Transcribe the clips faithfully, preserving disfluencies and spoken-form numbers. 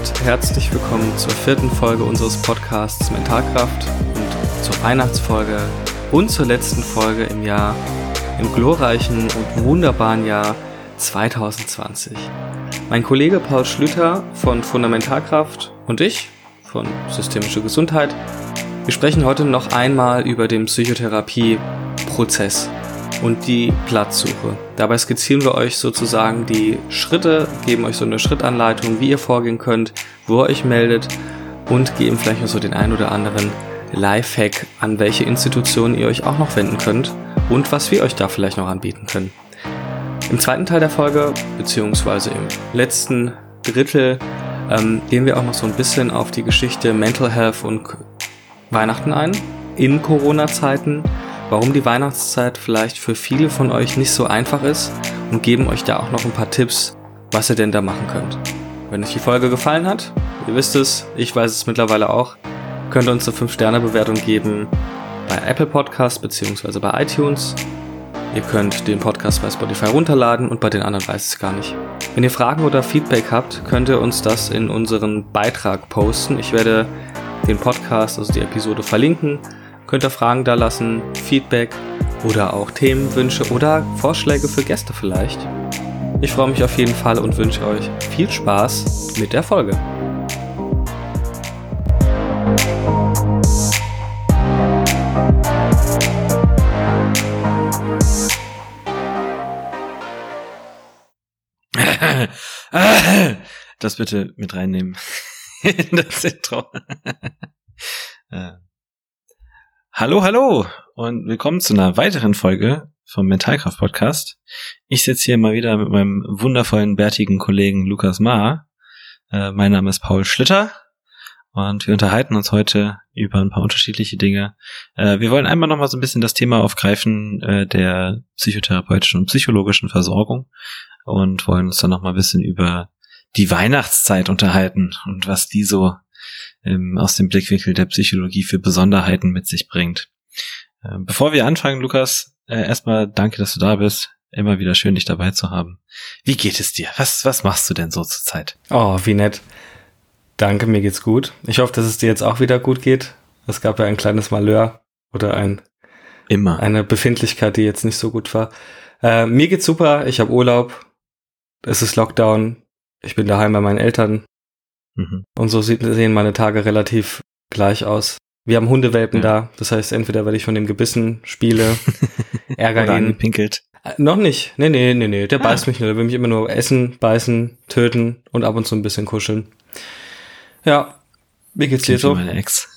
und herzlich willkommen zur vierten Folge unseres Podcasts Mentalkraft und zur Weihnachtsfolge und zur letzten Folge im Jahr, im glorreichen und wunderbaren Jahr zwanzig zwanzig. Mein Kollege Paul Schlüter von Fundamentalkraft und ich von Systemische Gesundheit, wir sprechen heute noch einmal über den Psychotherapieprozess und die Platzsuche. Dabei skizzieren wir euch sozusagen die Schritte, geben euch so eine Schrittanleitung, wie ihr vorgehen könnt, wo ihr euch meldet und geben vielleicht noch so den ein oder anderen Lifehack, an welche Institutionen ihr euch auch noch wenden könnt und was wir euch da vielleicht noch anbieten können. Im zweiten Teil der Folge, beziehungsweise im letzten Drittel, ähm, gehen wir auch noch so ein bisschen auf die Geschichte Mental Health und Weihnachten ein, in Corona-Zeiten, warum die Weihnachtszeit vielleicht für viele von euch nicht so einfach ist und geben euch da auch noch ein paar Tipps, was ihr denn da machen könnt. Wenn euch die Folge gefallen hat, ihr wisst es, ich weiß es mittlerweile auch, könnt ihr uns eine fünf Sterne Bewertung geben bei Apple Podcast bzw. bei iTunes. Ihr könnt den Podcast bei Spotify runterladen und bei den anderen weiß ich es gar nicht. Wenn ihr Fragen oder Feedback habt, könnt ihr uns das in unseren Beitrag posten. Ich werde den Podcast, also die Episode, verlinken. Könnt ihr Fragen da lassen, Feedback oder auch Themenwünsche oder Vorschläge für Gäste vielleicht. Ich freue mich auf jeden Fall und wünsche euch viel Spaß mit der Folge. Das bitte mit reinnehmen in das Intro. äh. Hallo, hallo und willkommen zu einer weiteren Folge vom Mentalkraft-Podcast. Ich sitze hier mal wieder mit meinem wundervollen, bärtigen Kollegen Lukas Mahr. Äh, mein Name ist Paul Schlitter und wir unterhalten uns heute über ein paar unterschiedliche Dinge. Äh, wir wollen einmal nochmal so ein bisschen das Thema aufgreifen äh, der psychotherapeutischen und psychologischen Versorgung und wollen uns dann nochmal ein bisschen über die Weihnachtszeit unterhalten und was die so ähm, aus dem Blickwinkel der Psychologie für Besonderheiten mit sich bringt. Äh, bevor wir anfangen, Lukas, äh, erstmal danke, dass du da bist. Immer wieder schön, dich dabei zu haben. Wie geht es dir? Was, was machst du denn so zur Zeit? Oh, wie nett. Danke, mir geht's gut. Ich hoffe, dass es dir jetzt auch wieder gut geht. Es gab ja ein kleines Malheur oder ein Immer. eine Befindlichkeit, die jetzt nicht so gut war. Äh, mir geht's super. Ich habe Urlaub. Es ist Lockdown. Ich bin daheim bei meinen Eltern. Mhm. Und so sieht, sehen meine Tage relativ gleich aus. Wir haben Hundewelpen ja. da. Das heißt, entweder werde ich von dem gebissen, spiele, ärgere ihn. Oder angepinkelt. Äh, noch nicht. Nee, nee, nee, nee. Der ah. beißt mich nur. Der will mich immer nur essen, beißen, töten und ab und zu ein bisschen kuscheln. Ja. Wie geht's dir so? Meine Ex.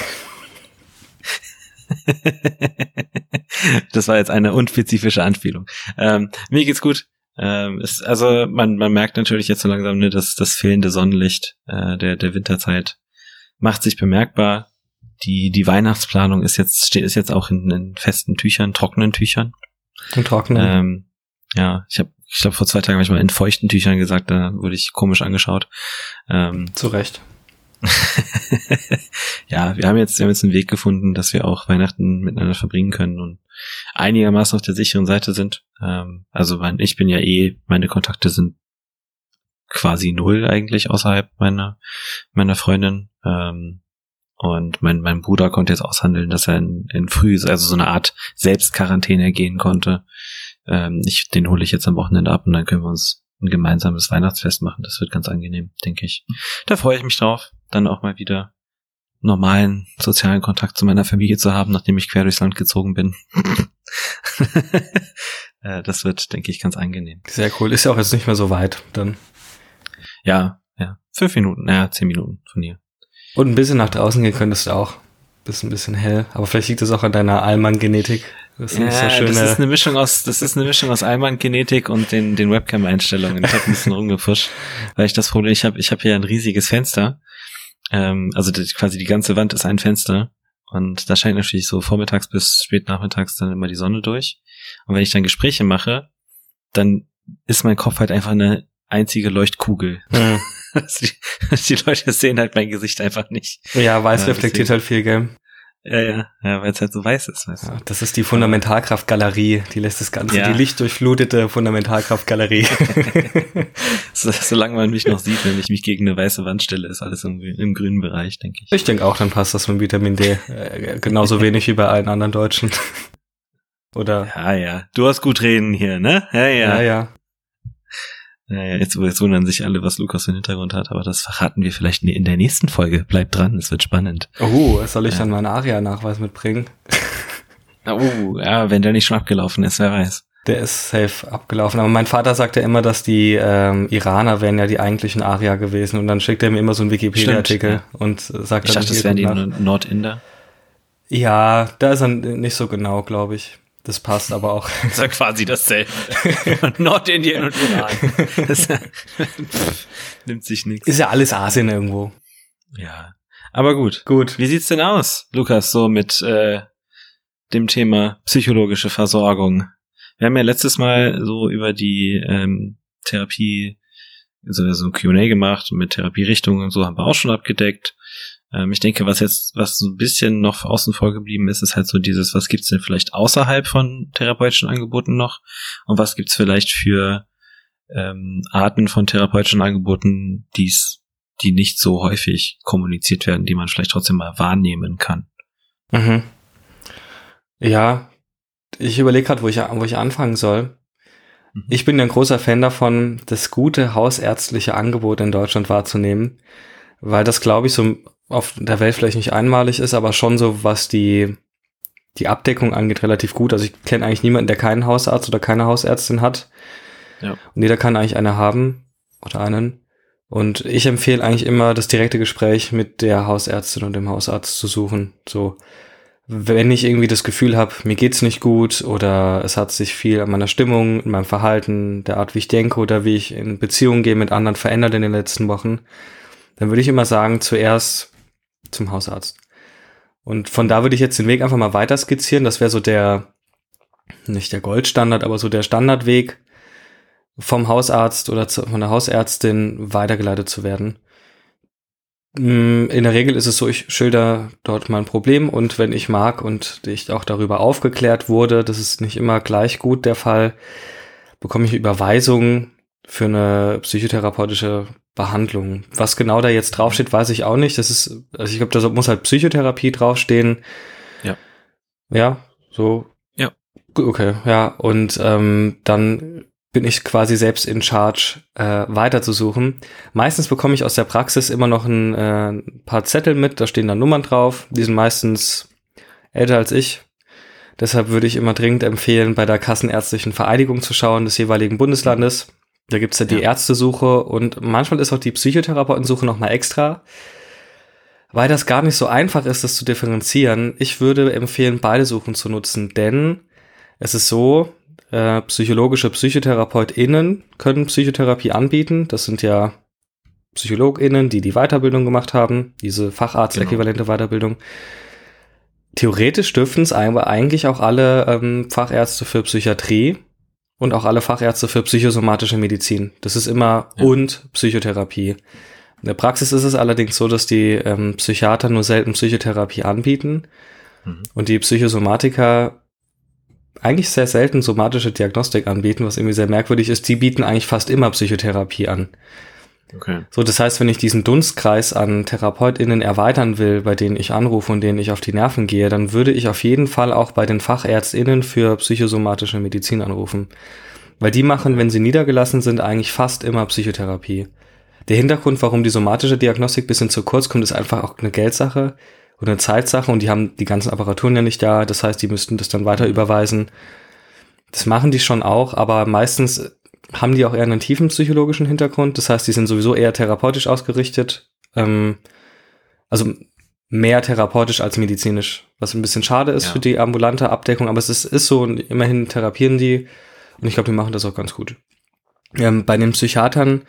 Das war jetzt eine unspezifische Anspielung. Ähm, mir geht's gut. Ähm, ist, also man man merkt natürlich jetzt so langsam, ne, dass das fehlende Sonnenlicht äh, der der Winterzeit macht sich bemerkbar. Die die Weihnachtsplanung ist jetzt steht ist jetzt auch in, in festen Tüchern, trockenen Tüchern. In trockenen. Ähm, ja, ich habe ich glaube vor zwei Tagen habe ich mal in feuchten Tüchern gesagt, da wurde ich komisch angeschaut. Ähm, Zu Recht. Ja, wir haben jetzt wir haben jetzt einen Weg gefunden, dass wir auch Weihnachten miteinander verbringen können und einigermaßen auf der sicheren Seite sind. Ähm, also mein, ich bin ja eh, meine Kontakte sind quasi null eigentlich außerhalb meiner meiner Freundin. Ähm, und mein mein Bruder konnte jetzt aushandeln, dass er in, in früh, also so eine Art Selbstquarantäne gehen konnte. Ähm, ich, den hole ich jetzt am Wochenende ab und dann können wir uns ein gemeinsames Weihnachtsfest machen. Das wird ganz angenehm, denke ich. Da freue ich mich drauf, dann auch mal wieder normalen sozialen Kontakt zu meiner Familie zu haben, nachdem ich quer durchs Land gezogen bin. Das wird, denke ich, ganz angenehm. Sehr cool. Ist ja auch jetzt nicht mehr so weit, dann. Ja, ja. Fünf Minuten, naja, zehn Minuten von hier. Und ein bisschen nach draußen gehen könntest du auch. Bist ein bisschen hell. Aber vielleicht liegt das auch an deiner Allmann-Genetik. Das ist ja, nicht so schöne... das ist eine Mischung aus, das ist eine Mischung aus Allmann-Genetik und den, den Webcam-Einstellungen. Ich habe ein bisschen rumgepusht, weil ich das Problem, ich habe, ich habe hier ein riesiges Fenster. Ähm, also die, quasi die ganze Wand ist ein Fenster. Und da scheint natürlich so vormittags bis spät nachmittags dann immer die Sonne durch. Und wenn ich dann Gespräche mache, dann ist mein Kopf halt einfach eine einzige Leuchtkugel. Mhm. die, die Leute sehen halt mein Gesicht einfach nicht. Ja, weiß ja, reflektiert halt viel, gell? Ja, ja, ja, weil es halt so weiß ist. Weißt du? Ja, das ist die Fundamentalkraftgalerie, die lässt das Ganze, ja. die lichtdurchflutete Fundamentalkraftgalerie. so, solange man mich noch sieht, wenn ich mich gegen eine weiße Wand stelle, ist alles im, im grünen Bereich, denke ich. Ich denke auch, dann passt das mit Vitamin D äh, genauso wenig wie bei allen anderen Deutschen. Oder? Ja, ja, du hast gut reden hier, ne? Ja, ja. Ja, ja. Ja, ja, jetzt, jetzt wundern sich alle, was Lukas für einen Hintergrund hat, aber das verraten wir vielleicht in der nächsten Folge. Bleibt dran, es wird spannend. Oh, soll ich ja. dann meinen Aria-Nachweis mitbringen? Oh, ja, wenn der nicht schon abgelaufen ist, wer weiß. Der ist safe abgelaufen. Aber mein Vater sagt ja immer, dass die ähm, Iraner wären ja die eigentlichen Aria gewesen und dann schickt er mir immer so einen Wikipedia-Artikel ja. und sagt ich dann... Ich dachte, das wären die Nordinder. Ja, da ist er nicht so genau, glaube ich. Das passt aber auch. Das ist ja quasi dasselbe. Nordindien und Iran. Das nimmt sich nichts. Ist ja alles Asien irgendwo. Ja, aber gut. Gut. Wie sieht's denn aus, Lukas, so mit äh, dem Thema psychologische Versorgung? Wir haben ja letztes Mal so über die ähm, Therapie, also so ein Q und A gemacht mit Therapierichtungen und so, haben wir auch schon abgedeckt. Ähm, ich denke, was jetzt, was so ein bisschen noch außen vor geblieben ist, ist halt so dieses, was gibt's denn vielleicht außerhalb von therapeutischen Angeboten noch und was gibt's vielleicht für ähm, Arten von therapeutischen Angeboten, die's, die nicht so häufig kommuniziert werden, die man vielleicht trotzdem mal wahrnehmen kann. Mhm. Ja, ich überlege gerade, wo ich, wo ich anfangen soll. Mhm. Ich bin ja ein großer Fan davon, das gute hausärztliche Angebot in Deutschland wahrzunehmen, weil das, glaube ich, so auf der Welt vielleicht nicht einmalig ist, aber schon so, was die die Abdeckung angeht, relativ gut. Also ich kenne eigentlich niemanden, der keinen Hausarzt oder keine Hausärztin hat. Ja. Und jeder kann eigentlich eine haben oder einen. Und ich empfehle eigentlich immer, das direkte Gespräch mit der Hausärztin und dem Hausarzt zu suchen. So, wenn ich irgendwie das Gefühl habe, mir geht's nicht gut oder es hat sich viel an meiner Stimmung, in meinem Verhalten, der Art, wie ich denke oder wie ich in Beziehungen gehe mit anderen verändert in den letzten Wochen, dann würde ich immer sagen, zuerst zum Hausarzt. Und von da würde ich jetzt den Weg einfach mal weiter skizzieren. Das wäre so der, nicht der Goldstandard, aber so der Standardweg, vom Hausarzt oder zu, von der Hausärztin weitergeleitet zu werden. In der Regel ist es so, ich schilder dort mein Problem und wenn ich mag und ich auch darüber aufgeklärt wurde, das ist nicht immer gleich gut der Fall, bekomme ich Überweisungen für eine psychotherapeutische Behandlung. Was genau da jetzt draufsteht, weiß ich auch nicht. Das ist, also ich glaube, da muss halt Psychotherapie draufstehen. Ja. Ja, so. Ja. Okay, ja. Und ähm, dann bin ich quasi selbst in charge, äh, weiterzusuchen. Meistens bekomme ich aus der Praxis immer noch ein äh, paar Zettel mit, da stehen dann Nummern drauf. Die sind meistens älter als ich. Deshalb würde ich immer dringend empfehlen, bei der Kassenärztlichen Vereinigung zu schauen des jeweiligen Bundeslandes. Da gibt's ja die ja. Ärztesuche und manchmal ist auch die Psychotherapeutensuche nochmal extra, weil das gar nicht so einfach ist, das zu differenzieren. Ich würde empfehlen, beide Suchen zu nutzen, denn es ist so, äh, psychologische PsychotherapeutInnen können Psychotherapie anbieten. Das sind ja PsychologInnen, die die Weiterbildung gemacht haben, diese Facharzt-äquivalente genau. Weiterbildung. Theoretisch dürften es aber eigentlich auch alle ähm, Fachärzte für Psychiatrie und auch alle Fachärzte für psychosomatische Medizin. Das ist immer ja. und Psychotherapie. In der Praxis ist es allerdings so, dass die ähm, Psychiater nur selten Psychotherapie anbieten mhm. und die Psychosomatiker eigentlich sehr selten somatische Diagnostik anbieten, was irgendwie sehr merkwürdig ist. Die bieten eigentlich fast immer Psychotherapie an. Okay. So, das heißt, wenn ich diesen Dunstkreis an TherapeutInnen erweitern will, bei denen ich anrufe und denen ich auf die Nerven gehe, dann würde ich auf jeden Fall auch bei den FachärztInnen für psychosomatische Medizin anrufen. Weil die machen, wenn sie niedergelassen sind, eigentlich fast immer Psychotherapie. Der Hintergrund, warum die somatische Diagnostik ein bisschen zu kurz kommt, ist einfach auch eine Geldsache und eine Zeitsache und die haben die ganzen Apparaturen ja nicht da, das heißt, die müssten das dann weiter überweisen. Das machen die schon auch, aber meistens haben die auch eher einen tiefen psychologischen Hintergrund. Das heißt, die sind sowieso eher therapeutisch ausgerichtet. Ähm, also mehr therapeutisch als medizinisch. Was ein bisschen schade ist ja. für die ambulante Abdeckung. Aber es ist, ist so, und immerhin therapieren die. Und ich glaube, die machen das auch ganz gut. Ähm, bei den Psychiatern,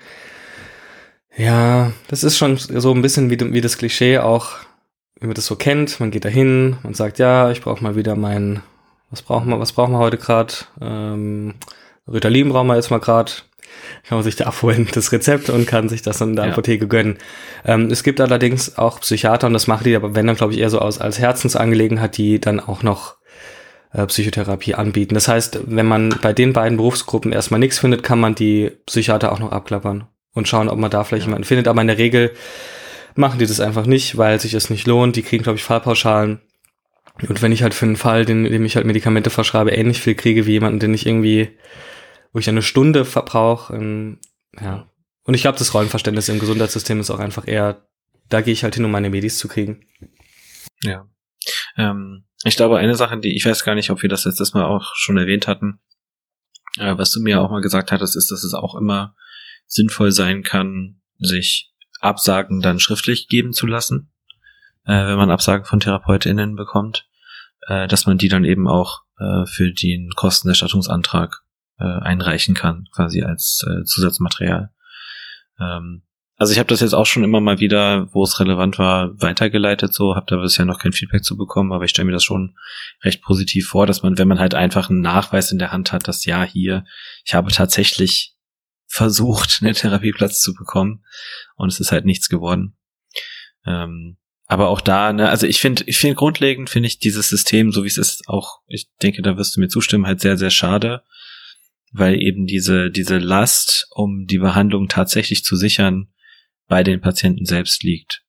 ja, das ist schon so ein bisschen wie, wie das Klischee auch, wie man das so kennt. Man geht dahin, man sagt, ja, ich brauche mal wieder mein, was brauchen wir, was brauchen wir heute gerade? Ähm, Ritalin brauchen wir jetzt mal gerade. kann man sich da abholen, das Rezept, und kann sich das dann in der Ja. Apotheke gönnen. Ähm, es gibt allerdings auch Psychiater, und das machen die aber, wenn dann, glaube ich, eher so aus als Herzensangelegenheit, die dann auch noch äh, Psychotherapie anbieten. Das heißt, wenn man bei den beiden Berufsgruppen erstmal nichts findet, kann man die Psychiater auch noch abklappern und schauen, ob man da vielleicht Ja. jemanden findet. Aber in der Regel machen die das einfach nicht, weil sich es nicht lohnt. Die kriegen, glaube ich, Fallpauschalen. Und wenn ich halt für einen Fall, den, dem ich halt Medikamente verschreibe, ähnlich viel kriege wie jemanden, den ich irgendwie, wo ich eine Stunde verbrauche, ähm, ja. Und ich glaube, das Rollenverständnis im Gesundheitssystem ist auch einfach eher, da gehe ich halt hin, um meine Medis zu kriegen. Ja. Ähm, ich glaube, eine Sache, die, ich weiß gar nicht, ob wir das letztes Mal auch schon erwähnt hatten, äh, was du mir auch mal gesagt hattest, ist, dass es auch immer sinnvoll sein kann, sich Absagen dann schriftlich geben zu lassen, äh, wenn man Absagen von TherapeutInnen bekommt, äh, dass man die dann eben auch äh, für den Kostenerstattungsantrag äh, einreichen kann, quasi als äh, Zusatzmaterial. Ähm, also ich habe das jetzt auch schon immer mal wieder, wo es relevant war, weitergeleitet, so, habe da bisher noch kein Feedback zu bekommen, aber ich stelle mir das schon recht positiv vor, dass man, wenn man halt einfach einen Nachweis in der Hand hat, dass ja, hier, ich habe tatsächlich versucht, einen Therapieplatz zu bekommen, und es ist halt nichts geworden. Ähm, aber auch da, ne, also ich finde, ich finde grundlegend finde ich dieses System, so wie es ist, auch, ich denke, da wirst du mir zustimmen, halt sehr, sehr schade, weil eben diese, diese Last, um die Behandlung tatsächlich zu sichern, bei den Patienten selbst liegt.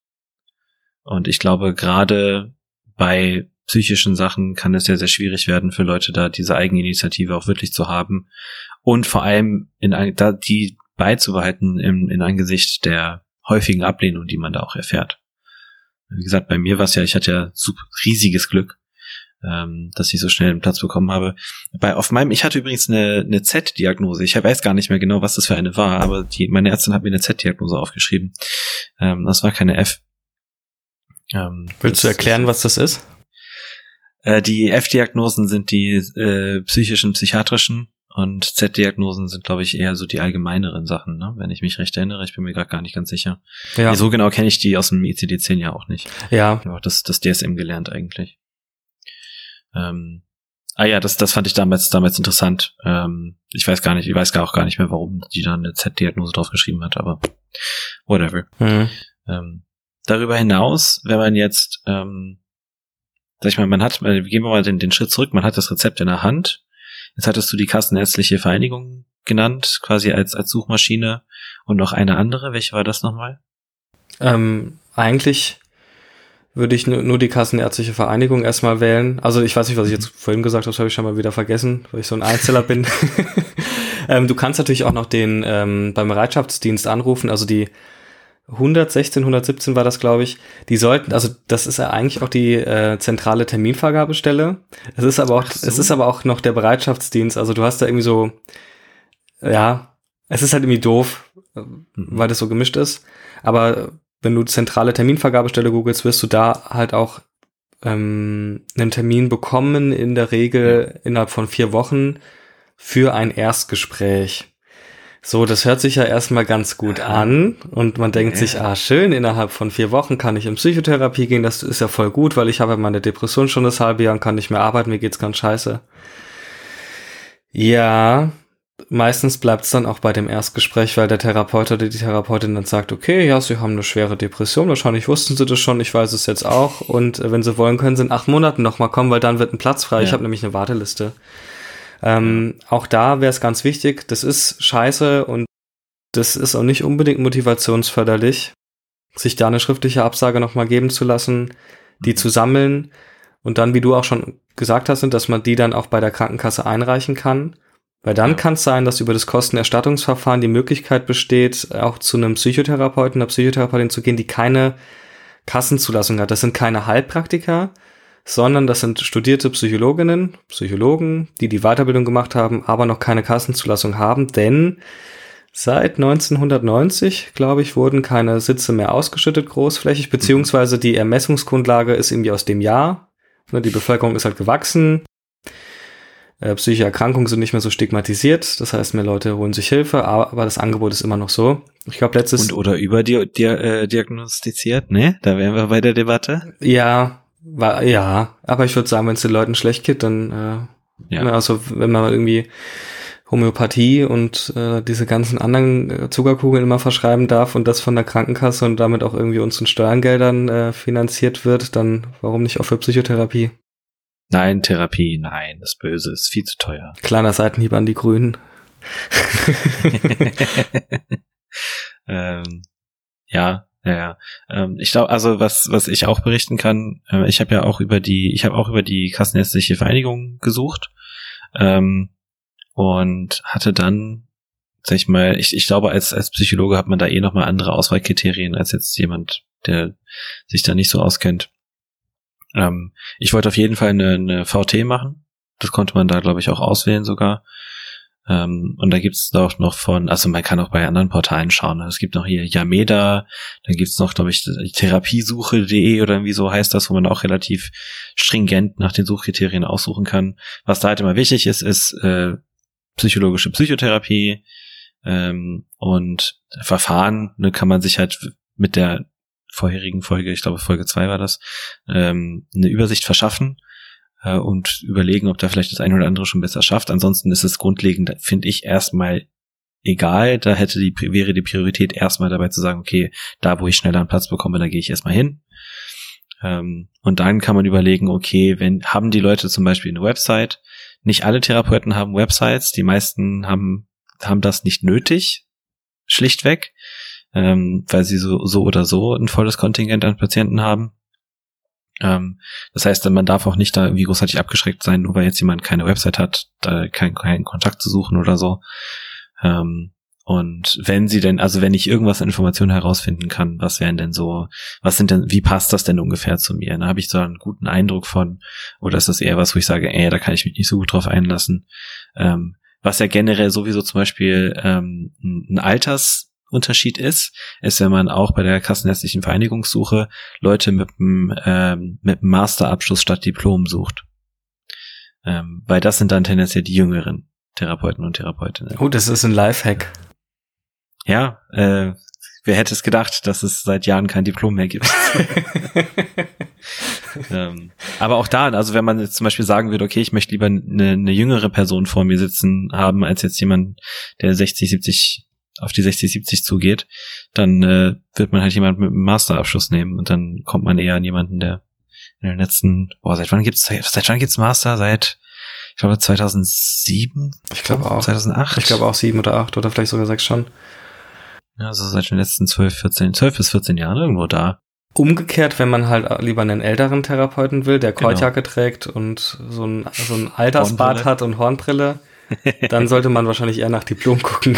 Und ich glaube, gerade bei psychischen Sachen kann es sehr, sehr schwierig werden für Leute, da diese Eigeninitiative auch wirklich zu haben und vor allem in ein, da die beizubehalten im, in Angesicht der häufigen Ablehnung, die man da auch erfährt. Wie gesagt, bei mir war es ja, ich hatte ja super riesiges Glück, ähm, dass ich so schnell einen Platz bekommen habe. Bei auf meinem, ich hatte übrigens eine, eine Z-Diagnose. Ich weiß gar nicht mehr genau, was das für eine war, aber die, meine Ärztin hat mir eine Z-Diagnose aufgeschrieben. Ähm, das war keine F. Ähm, Willst du erklären, was das ist? Äh, die F-Diagnosen sind die äh, psychischen, psychiatrischen, und Z-Diagnosen sind, glaube ich, eher so die allgemeineren Sachen, ne? Wenn ich mich recht erinnere. Ich bin mir gerade gar nicht ganz sicher. Ja. So genau kenne ich die aus dem I C D zehn ja auch nicht. Ja. Ich habe auch das, das D S M gelernt eigentlich. Ähm, ah ja, das, das fand ich damals, damals interessant. Ähm, ich weiß gar nicht, ich weiß gar auch gar nicht mehr, warum die da eine Z-Diagnose draufgeschrieben hat, aber whatever. Mhm. Ähm, darüber hinaus, wenn man jetzt, ähm, sag ich mal, man hat, gehen wir mal den, den Schritt zurück, man hat das Rezept in der Hand. Jetzt hattest du die Kassenärztliche Vereinigung genannt, quasi als, als Suchmaschine, und noch eine andere. Welche war das nochmal? Ähm, eigentlich würde ich nur, nur die Kassenärztliche Vereinigung erstmal wählen. Also ich weiß nicht, was ich jetzt vorhin gesagt habe, das habe ich schon mal wieder vergessen, weil ich so ein Einzeller bin. ähm, du kannst natürlich auch noch den ähm, beim Bereitschaftsdienst anrufen, also die hundertsechzehn, hundertsiebzehn war das, glaube ich. Die sollten, also das ist ja eigentlich auch die äh, zentrale Terminvergabestelle. Es ist aber auch, so. Es ist aber auch noch der Bereitschaftsdienst. Also du hast da irgendwie so, ja, es ist halt irgendwie doof, mhm. weil das so gemischt ist. Aber wenn du zentrale Terminvergabestelle googelst, wirst du da halt auch ähm, einen Termin bekommen, in der Regel ja. innerhalb von vier Wochen für ein Erstgespräch. So, das hört sich ja erstmal ganz gut an, und man denkt ja. sich, ah schön, innerhalb von vier Wochen kann ich in Psychotherapie gehen, das ist ja voll gut, weil ich habe ja meine Depression schon das halbe Jahr und kann nicht mehr arbeiten, mir geht's ganz scheiße. Ja, meistens bleibt's dann auch bei dem Erstgespräch, weil der Therapeut oder die Therapeutin dann sagt, okay, ja, Sie haben eine schwere Depression, wahrscheinlich wussten Sie das schon, ich weiß es jetzt auch, und wenn Sie wollen, können Sie in acht Monaten nochmal kommen, weil dann wird ein Platz frei, ja. ich habe nämlich eine Warteliste. Ähm, auch da wäre es ganz wichtig, das ist scheiße und das ist auch nicht unbedingt motivationsförderlich, sich da eine schriftliche Absage nochmal geben zu lassen, die zu sammeln und dann, wie du auch schon gesagt hast, dass man die dann auch bei der Krankenkasse einreichen kann, weil dann ja. kann es sein, dass über das Kostenerstattungsverfahren die Möglichkeit besteht, auch zu einem Psychotherapeuten, einer Psychotherapeutin zu gehen, die keine Kassenzulassung hat. Das sind keine Heilpraktiker, sondern das sind studierte Psychologinnen, Psychologen, die die Weiterbildung gemacht haben, aber noch keine Kassenzulassung haben, denn seit neunzehnhundertneunzig, glaube ich, wurden keine Sitze mehr ausgeschüttet großflächig, beziehungsweise die Ermessungsgrundlage ist irgendwie aus dem Jahr. Die Bevölkerung ist halt gewachsen, psychische Erkrankungen sind nicht mehr so stigmatisiert, das heißt, mehr Leute holen sich Hilfe, aber das Angebot ist immer noch so. Ich glaube, letztes... Und oder überdiagnostiziert, ne? Da wären wir bei der Debatte. Ja, War, ja, aber ich würde sagen, wenn es den Leuten schlecht geht, dann, äh, ja. also wenn man irgendwie Homöopathie und äh, diese ganzen anderen äh, Zuckerkugeln immer verschreiben darf und das von der Krankenkasse und damit auch irgendwie unseren Steuergeldern äh, finanziert wird, dann warum nicht auch für Psychotherapie? Nein, Therapie, nein, das Böse ist viel zu teuer. Kleiner Seitenhieb an die Grünen. ähm, ja, ja, ja. Ähm, ich glaube, also was was ich auch berichten kann, äh, ich habe ja auch über die, ich habe auch über die Kassenärztliche Vereinigung gesucht ähm, und hatte dann, sag ich mal, ich ich glaube, als als Psychologe hat man da eh nochmal andere Auswahlkriterien als jetzt jemand, der sich da nicht so auskennt. Ähm, ich wollte auf jeden Fall eine, eine V T machen. Das konnte man da, glaube ich, auch auswählen sogar. Ähm, und da gibt's auch noch von, also man kann auch bei anderen Portalen schauen. Es gibt noch hier Yameda, dann gibt's noch, glaube ich, therapiesuche punkt de oder irgendwie so heißt das, wo man auch relativ stringent nach den Suchkriterien aussuchen kann. Was da halt immer wichtig ist, ist äh, psychologische Psychotherapie ähm, und Verfahren. Ne, kann man sich halt mit der vorherigen Folge, ich glaube Folge zwei war das, ähm, eine Übersicht verschaffen äh, und überlegen, ob da vielleicht das eine oder andere schon besser schafft. Ansonsten ist es grundlegend, finde ich, erstmal egal. Da hätte die wäre die Priorität erstmal dabei zu sagen, okay, da wo ich schneller einen Platz bekomme, da gehe ich erstmal hin. Ähm, und dann kann man überlegen, okay, wenn haben die Leute zum Beispiel eine Website? Nicht alle Therapeuten haben Websites, die meisten haben haben das nicht nötig, schlichtweg. Ähm, weil sie so so oder so ein volles Kontingent an Patienten haben. Ähm, das heißt, man darf auch nicht da irgendwie großartig abgeschreckt sein, nur weil jetzt jemand keine Website hat, da keinen keinen Kontakt zu suchen oder so. Ähm, und wenn sie denn, also wenn ich irgendwas an Informationen herausfinden kann, was wären denn so, was sind denn, wie passt das denn ungefähr zu mir? Da habe ich so einen guten Eindruck von, oder ist das eher was, wo ich sage, ey, da kann ich mich nicht so gut drauf einlassen. Ähm, was ja generell sowieso zum Beispiel ähm, ein Alters Unterschied ist, ist, wenn man auch bei der Kassenärztlichen Vereinigungssuche Leute mit einem ähm, mit einem Masterabschluss statt Diplom sucht. Ähm, weil das sind dann tendenziell die jüngeren Therapeuten und Therapeutinnen. Oh, das ist ein Lifehack. Ja, äh, wer hätte es gedacht, dass es seit Jahren kein Diplom mehr gibt. ähm, aber auch da, also wenn man jetzt zum Beispiel sagen würde, okay, ich möchte lieber eine, eine jüngere Person vor mir sitzen haben, als jetzt jemand, der sechzig, siebzig auf die sechzig, siebzig zugeht, dann äh, wird man halt jemanden mit einem Masterabschluss nehmen und dann kommt man eher an jemanden, der in den letzten, boah, seit wann gibt's, seit wann gibt's Master? Seit, ich glaube, zweitausendsieben? Ich glaube auch. zweitausendacht? Ich glaube auch sieben oder acht oder vielleicht sogar sechs schon. Ja, also seit den letzten zwölf, vierzehn, zwölf bis vierzehn Jahren irgendwo da. Umgekehrt, wenn man halt lieber einen älteren Therapeuten will, der Kordjacke genau. trägt und so ein, so ein Altersbart hat und Hornbrille, dann sollte man wahrscheinlich eher nach Diplom gucken.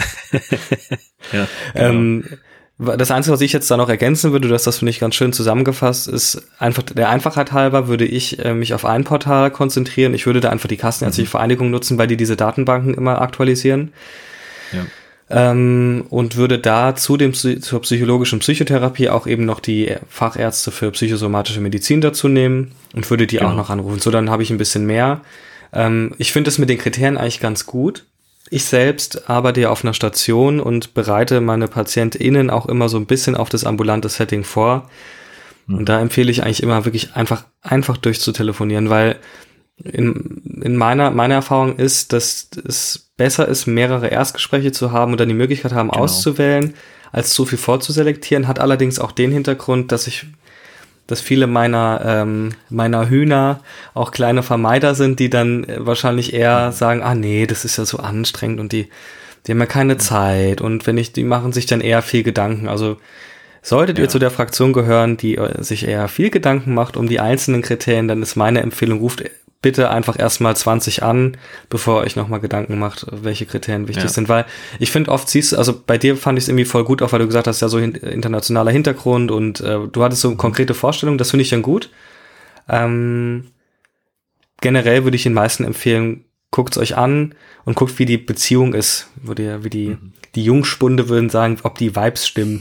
Ja, genau. ähm, das Einzige, was ich jetzt da noch ergänzen würde, du hast das, finde ich, ganz schön zusammengefasst, ist einfach der Einfachheit halber würde ich äh, mich auf ein Portal konzentrieren. Ich würde da einfach die Kassenärztliche mhm. Vereinigung nutzen, weil die diese Datenbanken immer aktualisieren. Ja. Ähm, und würde da zu dem zur psychologischen Psychotherapie auch eben noch die Fachärzte für psychosomatische Medizin dazu nehmen und würde die genau. auch noch anrufen. So, dann habe ich ein bisschen mehr. Ähm, ich finde es mit den Kriterien eigentlich ganz gut. Ich selbst arbeite ja auf einer Station und bereite meine PatientInnen auch immer so ein bisschen auf das ambulante Setting vor. Mhm. Und da empfehle ich eigentlich immer wirklich einfach, einfach durchzutelefonieren, weil in, in meiner, meiner Erfahrung ist, dass es besser ist, mehrere Erstgespräche zu haben und dann die Möglichkeit haben, genau. auszuwählen, als zu viel vorzuselektieren. Hat allerdings auch den Hintergrund, dass ich dass viele meiner ähm, meiner Hühner auch kleine Vermeider sind, die dann wahrscheinlich eher sagen, ah nee, das ist ja so anstrengend und die die haben ja keine Zeit und wenn ich die machen sich dann eher viel Gedanken. Also solltet ja. ihr zu der Fraktion gehören, die sich eher viel Gedanken macht um die einzelnen Kriterien, dann ist meine Empfehlung, ruft bitte einfach erstmal zwanzig an, bevor ihr euch nochmal Gedanken macht, welche Kriterien wichtig ja. sind, weil ich finde oft siehst du, also bei dir fand ich es irgendwie voll gut, auch weil du gesagt hast, ja so hin, internationaler Hintergrund und äh, du hattest so konkrete Vorstellungen, das finde ich dann gut. Ähm, generell würde ich den meisten empfehlen, guckt's euch an und guckt, wie die Beziehung ist, wo die, wie die, mhm. die Jungspunde würden sagen, ob die Vibes stimmen.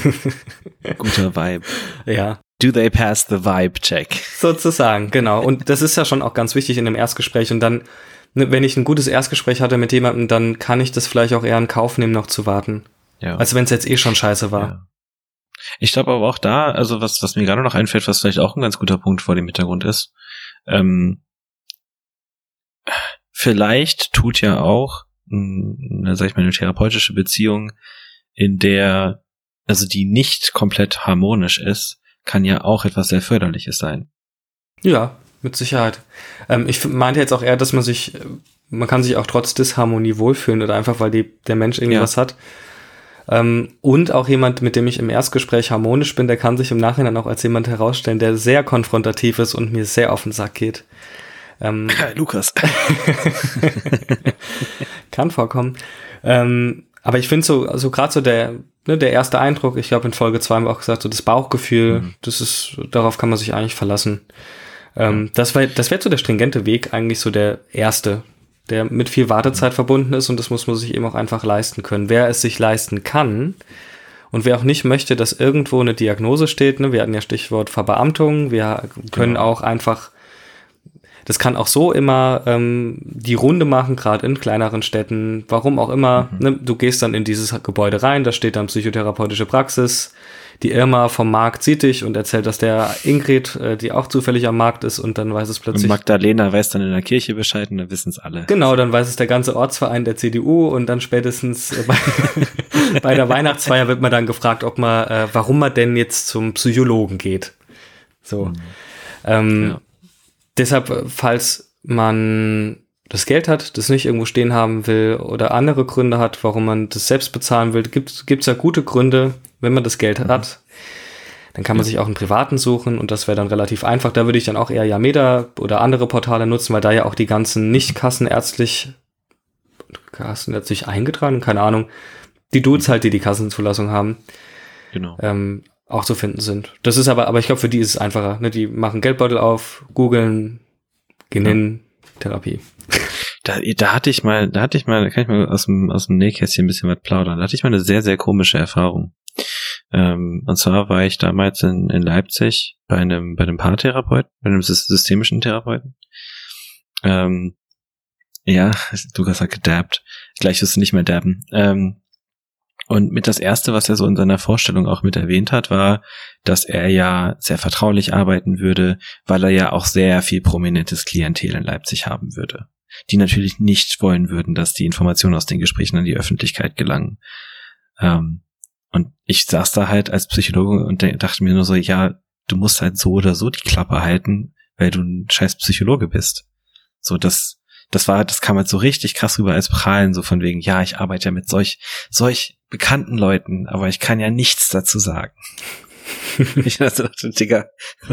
Guter Vibe. Ja. Do they pass the vibe check? Sozusagen, genau. Und das ist ja schon auch ganz wichtig in einem Erstgespräch. Und dann, wenn ich ein gutes Erstgespräch hatte mit jemandem, dann kann ich das vielleicht auch eher in Kauf nehmen, noch zu warten. Ja. Als wenn es jetzt eh schon scheiße war. Ja. Ich glaube aber auch da, also was, was mir gerade noch einfällt, was vielleicht auch ein ganz guter Punkt vor dem Hintergrund ist, ähm, vielleicht tut ja auch eine, sag ich mal, eine therapeutische Beziehung, in der, also die nicht komplett harmonisch ist, kann ja auch etwas sehr Förderliches sein. Ja, mit Sicherheit. Ähm, ich meinte jetzt auch eher, dass man sich, man kann sich auch trotz Disharmonie wohlfühlen oder einfach, weil die, der Mensch irgendwas ja. hat. Ähm, und auch jemand, mit dem ich im Erstgespräch harmonisch bin, der kann sich im Nachhinein auch als jemand herausstellen, der sehr konfrontativ ist und mir sehr auf den Sack geht. Ähm, Lukas. Kann vorkommen. Ähm, aber ich finde so, also gerade so der, ne, der erste Eindruck, ich glaube in Folge zwei haben wir auch gesagt, so das Bauchgefühl, mhm. das ist, darauf kann man sich eigentlich verlassen. Ähm, das wäre das wäre so der stringente Weg, eigentlich so der erste, der mit viel Wartezeit mhm. verbunden ist und das muss man sich eben auch einfach leisten können. Wer es sich leisten kann und wer auch nicht möchte, dass irgendwo eine Diagnose steht, ne, wir hatten ja Stichwort Verbeamtung, wir können genau. auch einfach, das kann auch so immer ähm, die Runde machen, gerade in kleineren Städten, warum auch immer. Mhm. Ne, du gehst dann in dieses Gebäude rein, da steht dann psychotherapeutische Praxis. Die Irma vom Markt sieht dich und erzählt, dass der Ingrid, äh, die auch zufällig am Markt ist, und dann weiß es plötzlich. Und Magdalena weiß dann in der Kirche Bescheid und dann wissen es alle. Genau, dann weiß es der ganze Ortsverein der C D U und dann spätestens äh, bei, bei der Weihnachtsfeier wird man dann gefragt, ob man, äh, warum man denn jetzt zum Psychologen geht. So. Mhm. Ähm, ja. Deshalb, falls man das Geld hat, das nicht irgendwo stehen haben will oder andere Gründe hat, warum man das selbst bezahlen will, gibt es ja gute Gründe, wenn man das Geld mhm. hat. Dann kann man ja. sich auch einen privaten suchen und das wäre dann relativ einfach. Da würde ich dann auch eher Yameda oder andere Portale nutzen, weil da ja auch die ganzen nicht kassenärztlich, kassenärztlich eingetragen, keine Ahnung, die Dudes halt, die die Kassenzulassung haben, genau. ähm, auch zu finden sind. Das ist aber, aber ich glaube, für die ist es einfacher. Ne? Die machen Geldbeutel auf, googeln, gehen ja. hin, Therapie. Da, da hatte ich mal, da hatte ich mal, da kann ich mal aus dem, aus dem Nähkästchen ein bisschen was plaudern. Da hatte ich mal eine sehr, sehr komische Erfahrung. Ähm, und zwar war ich damals in, in Leipzig bei einem, bei einem Paartherapeuten, bei einem systemischen Therapeuten. Ähm, ja, Lukas hat gedabbt. Gleich wirst du nicht mehr dabben. Ähm, Und mit das Erste, was er so in seiner Vorstellung auch mit erwähnt hat, war, dass er ja sehr vertraulich arbeiten würde, weil er ja auch sehr viel prominentes Klientel in Leipzig haben würde, die natürlich nicht wollen würden, dass die Informationen aus den Gesprächen an die Öffentlichkeit gelangen. Ähm, und ich saß da halt als Psychologe und dachte mir nur so, ja, du musst halt so oder so die Klappe halten, weil du ein scheiß Psychologe bist. So, das Das war, das kam halt so richtig krass rüber als Prahlen, so von wegen, ja, ich arbeite ja mit solch, solch bekannten Leuten, aber ich kann ja nichts dazu sagen. Ich dachte, Digga,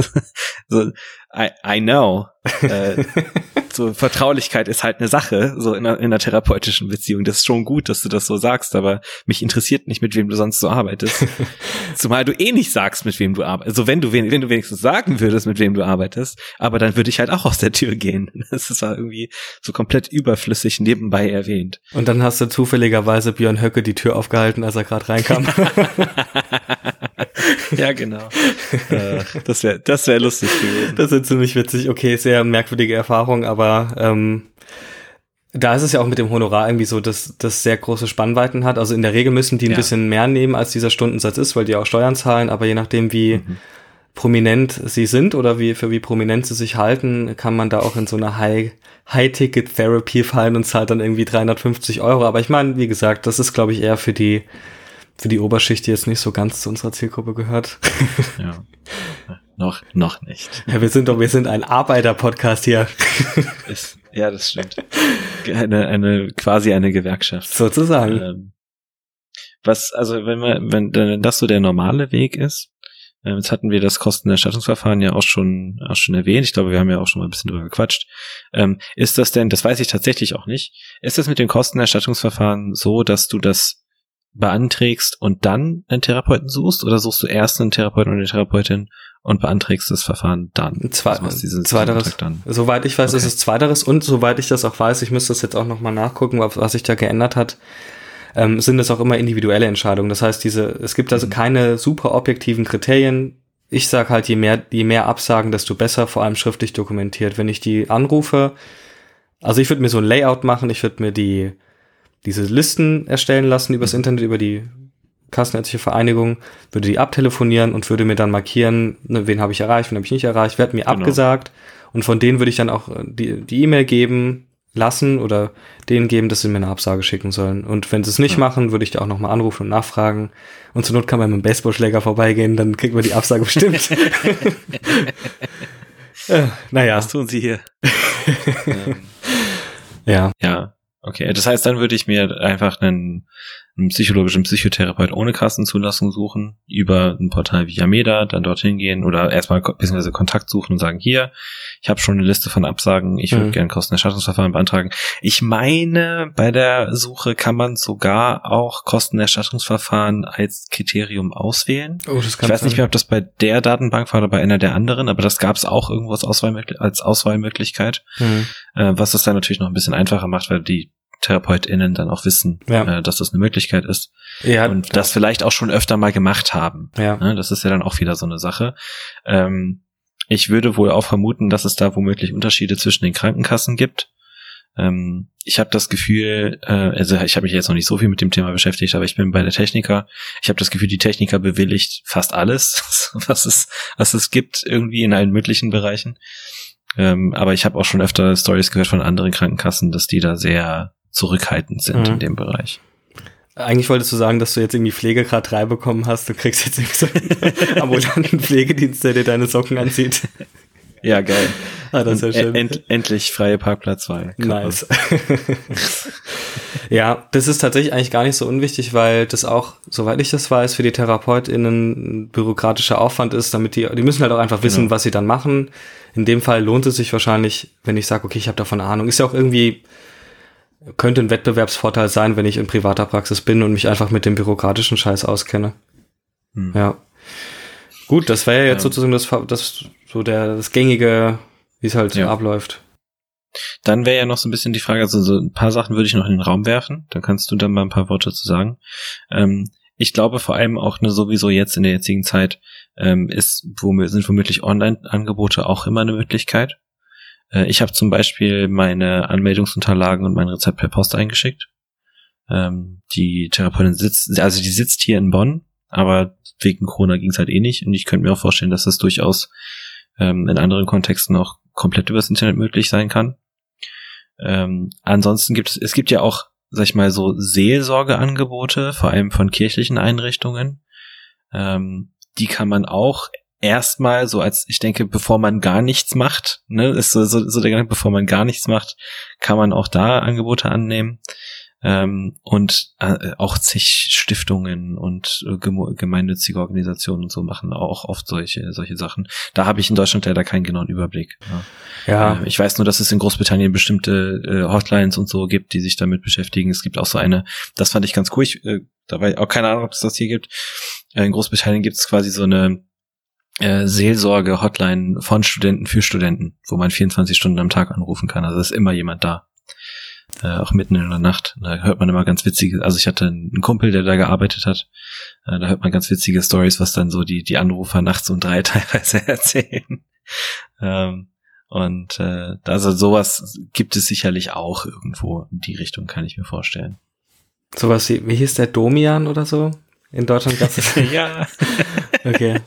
so, I, I know. Äh, so, Vertraulichkeit ist halt eine Sache, so in einer, in einer therapeutischen Beziehung. Das ist schon gut, dass du das so sagst, aber mich interessiert nicht, mit wem du sonst so arbeitest. Zumal du eh nicht sagst, mit wem du arbeitest. Also wenn du, wenn du wenigstens sagen würdest, mit wem du arbeitest, aber dann würde ich halt auch aus der Tür gehen. Das war irgendwie so komplett überflüssig nebenbei erwähnt. Und dann hast du zufälligerweise Björn Höcke die Tür aufgehalten, als er gerade reinkam. Ja, genau. äh, das wäre das wäre lustig gewesen. Das ist ziemlich witzig. Okay, sehr merkwürdige Erfahrung, aber ähm, da ist es ja auch mit dem Honorar irgendwie so, dass das sehr große Spannweiten hat. Also in der Regel müssen die ein ja. bisschen mehr nehmen, als dieser Stundensatz ist, weil die auch Steuern zahlen, aber je nachdem, wie mhm. prominent sie sind oder wie für wie prominent sie sich halten, kann man da auch in so eine High High-Ticket-Therapy fallen und zahlt dann irgendwie dreihundertfünfzig Euro. Aber ich meine, wie gesagt, das ist, glaube ich, eher für die für die Oberschicht, die jetzt nicht so ganz zu unserer Zielgruppe gehört. Ja. Noch, noch nicht. Ja, wir sind doch, wir sind ein Arbeiter-Podcast hier. Ist, ja, das stimmt. Eine, eine, quasi eine Gewerkschaft. Sozusagen. Ähm, was, also, wenn man, wenn, wenn das so der normale Weg ist, äh, jetzt hatten wir das Kostenerstattungsverfahren ja auch schon, auch schon erwähnt. Ich glaube, wir haben ja auch schon mal ein bisschen drüber gequatscht. Ähm, ist das denn, das weiß ich tatsächlich auch nicht, ist das mit dem Kostenerstattungsverfahren so, dass du das beanträgst und dann einen Therapeuten suchst, oder suchst du erst einen Therapeuten oder eine Therapeutin und beanträgst das Verfahren dann? Zwei, also diesen, zweiteres. Diesen dann. Soweit ich weiß, okay. Ist es zweiteres, und soweit ich das auch weiß, ich müsste das jetzt auch nochmal nachgucken, was sich da geändert hat, ähm, sind es auch immer individuelle Entscheidungen. Das heißt, diese, es gibt also keine super objektiven Kriterien. Ich sag halt, je mehr, je mehr Absagen, desto besser, vor allem schriftlich dokumentiert. Wenn ich die anrufe, also ich würde mir so ein Layout machen, ich würde mir die diese Listen erstellen lassen übers Internet, über die Kassenärztliche Vereinigung, würde die abtelefonieren und würde mir dann markieren, ne, wen habe ich erreicht, wen habe ich nicht erreicht, wer hat mir genau. abgesagt, und von denen würde ich dann auch die die E-Mail geben, lassen oder denen geben, dass sie mir eine Absage schicken sollen. Und wenn sie es nicht ja. machen, würde ich da auch nochmal anrufen und nachfragen. Und zur Not kann man mit dem Baseballschläger vorbeigehen, dann kriegt man die Absage bestimmt. ja, naja. Was tun Sie hier? ähm, ja. Ja, okay. Das heißt, dann würde ich mir einfach einen, einen psychologischen Psychotherapeut ohne Kassenzulassung suchen, über ein Portal wie Yameda, dann dorthin gehen oder erstmal beziehungsweise Kontakt suchen und sagen, hier, ich habe schon eine Liste von Absagen, ich würde mhm. gerne Kostenerstattungsverfahren beantragen. Ich meine, bei der Suche kann man sogar auch Kostenerstattungsverfahren als Kriterium auswählen. Oh, das kann ich weiß sein. Nicht mehr, ob das bei der Datenbank war oder bei einer der anderen, aber das gab es auch irgendwo als, Auswahlmöglich- als Auswahlmöglichkeit, mhm. äh, was das dann natürlich noch ein bisschen einfacher macht, weil die TherapeutInnen dann auch wissen, ja. äh, dass das eine Möglichkeit ist ja, und ja. das vielleicht auch schon öfter mal gemacht haben. Ja. Ne, das ist ja dann auch wieder so eine Sache. Ähm, ich würde wohl auch vermuten, dass es da womöglich Unterschiede zwischen den Krankenkassen gibt. Ähm, ich habe das Gefühl, äh, also ich habe mich jetzt noch nicht so viel mit dem Thema beschäftigt, aber ich bin bei der Techniker. Ich habe das Gefühl, die Techniker bewilligt fast alles, was es, was es gibt, irgendwie in allen möglichen Bereichen. Ähm, aber ich habe auch schon öfter Stories gehört von anderen Krankenkassen, dass die da sehr zurückhaltend sind mhm. in dem Bereich. Eigentlich wolltest du sagen, dass du jetzt irgendwie Pflegegrad drei bekommen hast. Du kriegst jetzt irgendwie so einen ambulanten Pflegedienst, der dir deine Socken anzieht. Ja, geil. Ah, das ist ja schön. End, endlich freie Parkplatzwahl. Nice. Ja, das ist tatsächlich eigentlich gar nicht so unwichtig, weil das auch, soweit ich das weiß, für die TherapeutInnen ein bürokratischer Aufwand ist, damit die, die müssen halt auch einfach wissen, genau. was sie dann machen. In dem Fall lohnt es sich wahrscheinlich, wenn ich sage, okay, ich habe davon Ahnung. Ist ja auch irgendwie, könnte ein Wettbewerbsvorteil sein, wenn ich in privater Praxis bin und mich einfach mit dem bürokratischen Scheiß auskenne. Hm. Ja. Gut, das wäre ja jetzt ähm. sozusagen das, das, so der, das gängige, wie es halt ja. abläuft. Dann wäre ja noch so ein bisschen die Frage, also so ein paar Sachen würde ich noch in den Raum werfen, dann kannst du dann mal ein paar Worte zu sagen. Ähm, ich glaube vor allem auch ne, sowieso jetzt in der jetzigen Zeit ähm, ist, womit, sind womöglich Online-Angebote auch immer eine Möglichkeit. Äh, ich habe zum Beispiel meine Anmeldungsunterlagen und mein Rezept per Post eingeschickt. Ähm, die Therapeutin sitzt, also die sitzt hier in Bonn, aber wegen Corona ging es halt eh nicht und ich könnte mir auch vorstellen, dass das durchaus ähm, in anderen Kontexten auch komplett übers Internet möglich sein kann. Ähm, ansonsten gibt es, es gibt ja auch, sag ich mal, so Seelsorgeangebote, vor allem von kirchlichen Einrichtungen. Ähm, die kann man auch erstmal so als, ich denke, bevor man gar nichts macht, ne, ist so, so, so der Gedanke, bevor man gar nichts macht, kann man auch da Angebote annehmen. Ähm, und äh, auch zig Stiftungen und äh, gem- gemeinnützige Organisationen und so machen auch oft solche solche Sachen. Da habe ich in Deutschland leider keinen genauen Überblick. Ja, ja. Äh, ich weiß nur, dass es in Großbritannien bestimmte äh, Hotlines und so gibt, die sich damit beschäftigen. Es gibt auch so eine, das fand ich ganz cool, ich, äh, da war ich auch keine Ahnung, ob es das hier gibt. Äh, in Großbritannien gibt es quasi so eine äh, Seelsorge-Hotline von Studenten für Studenten, wo man vierundzwanzig Stunden am Tag anrufen kann. Also ist immer jemand da. Äh, auch mitten in der Nacht. Da hört man immer ganz witzige, also ich hatte einen Kumpel, der da gearbeitet hat, äh, da hört man ganz witzige Stories, was dann so die die Anrufer nachts um drei teilweise erzählen. Ähm, und äh, also sowas gibt es sicherlich auch irgendwo in die Richtung, kann ich mir vorstellen. Sowas wie, wie hieß der, Domian oder so? In Deutschland gab es ja. Okay.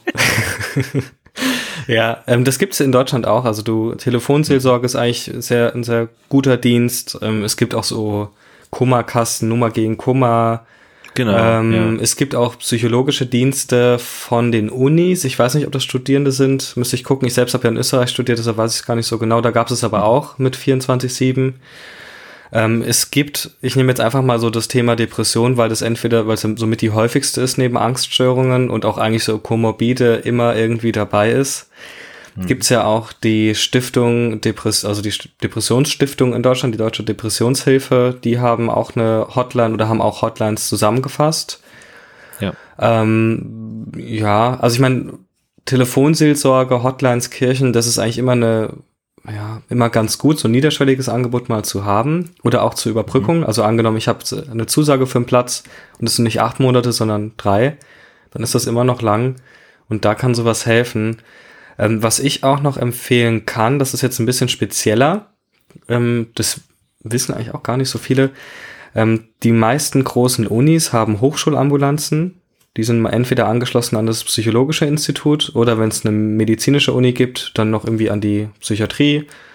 Ja, ähm, das gibt's in Deutschland auch. Also du, Telefonseelsorge ist eigentlich sehr, ein sehr guter Dienst. Ähm, es gibt auch so Kummerkassen, Nummer gegen Kummer. Genau. Ähm, ja. Es gibt auch psychologische Dienste von den Unis. Ich weiß nicht, ob das Studierende sind. Müsste ich gucken. Ich selbst habe ja in Österreich studiert, deshalb weiß ich es gar nicht so genau. Da gab es aber auch mit vierundzwanzig sieben. Ähm, es gibt, ich nehme jetzt einfach mal so das Thema Depression, weil das entweder, weil es somit die häufigste ist neben Angststörungen und auch eigentlich so komorbide immer irgendwie dabei ist, mhm. gibt es ja auch die Stiftung, Depress- also die Depressionsstiftung in Deutschland, die Deutsche Depressionshilfe, die haben auch eine Hotline oder haben auch Hotlines zusammengefasst. Ja, ähm, ja, also ich meine, Telefonseelsorge, Hotlines, Kirchen, das ist eigentlich immer eine ja, immer ganz gut, so ein niederschwelliges Angebot mal zu haben oder auch zur Überbrückung. Mhm. Also angenommen, ich habe eine Zusage für einen Platz und es sind nicht acht Monate, sondern drei, dann ist das immer noch lang und da kann sowas helfen. Ähm, was ich auch noch empfehlen kann, das ist jetzt ein bisschen spezieller, ähm, das wissen eigentlich auch gar nicht so viele, ähm, die meisten großen Unis haben Hochschulambulanzen. Die sind entweder angeschlossen an das Psychologische Institut oder wenn es eine medizinische Uni gibt, dann noch irgendwie an die Psychiatrie.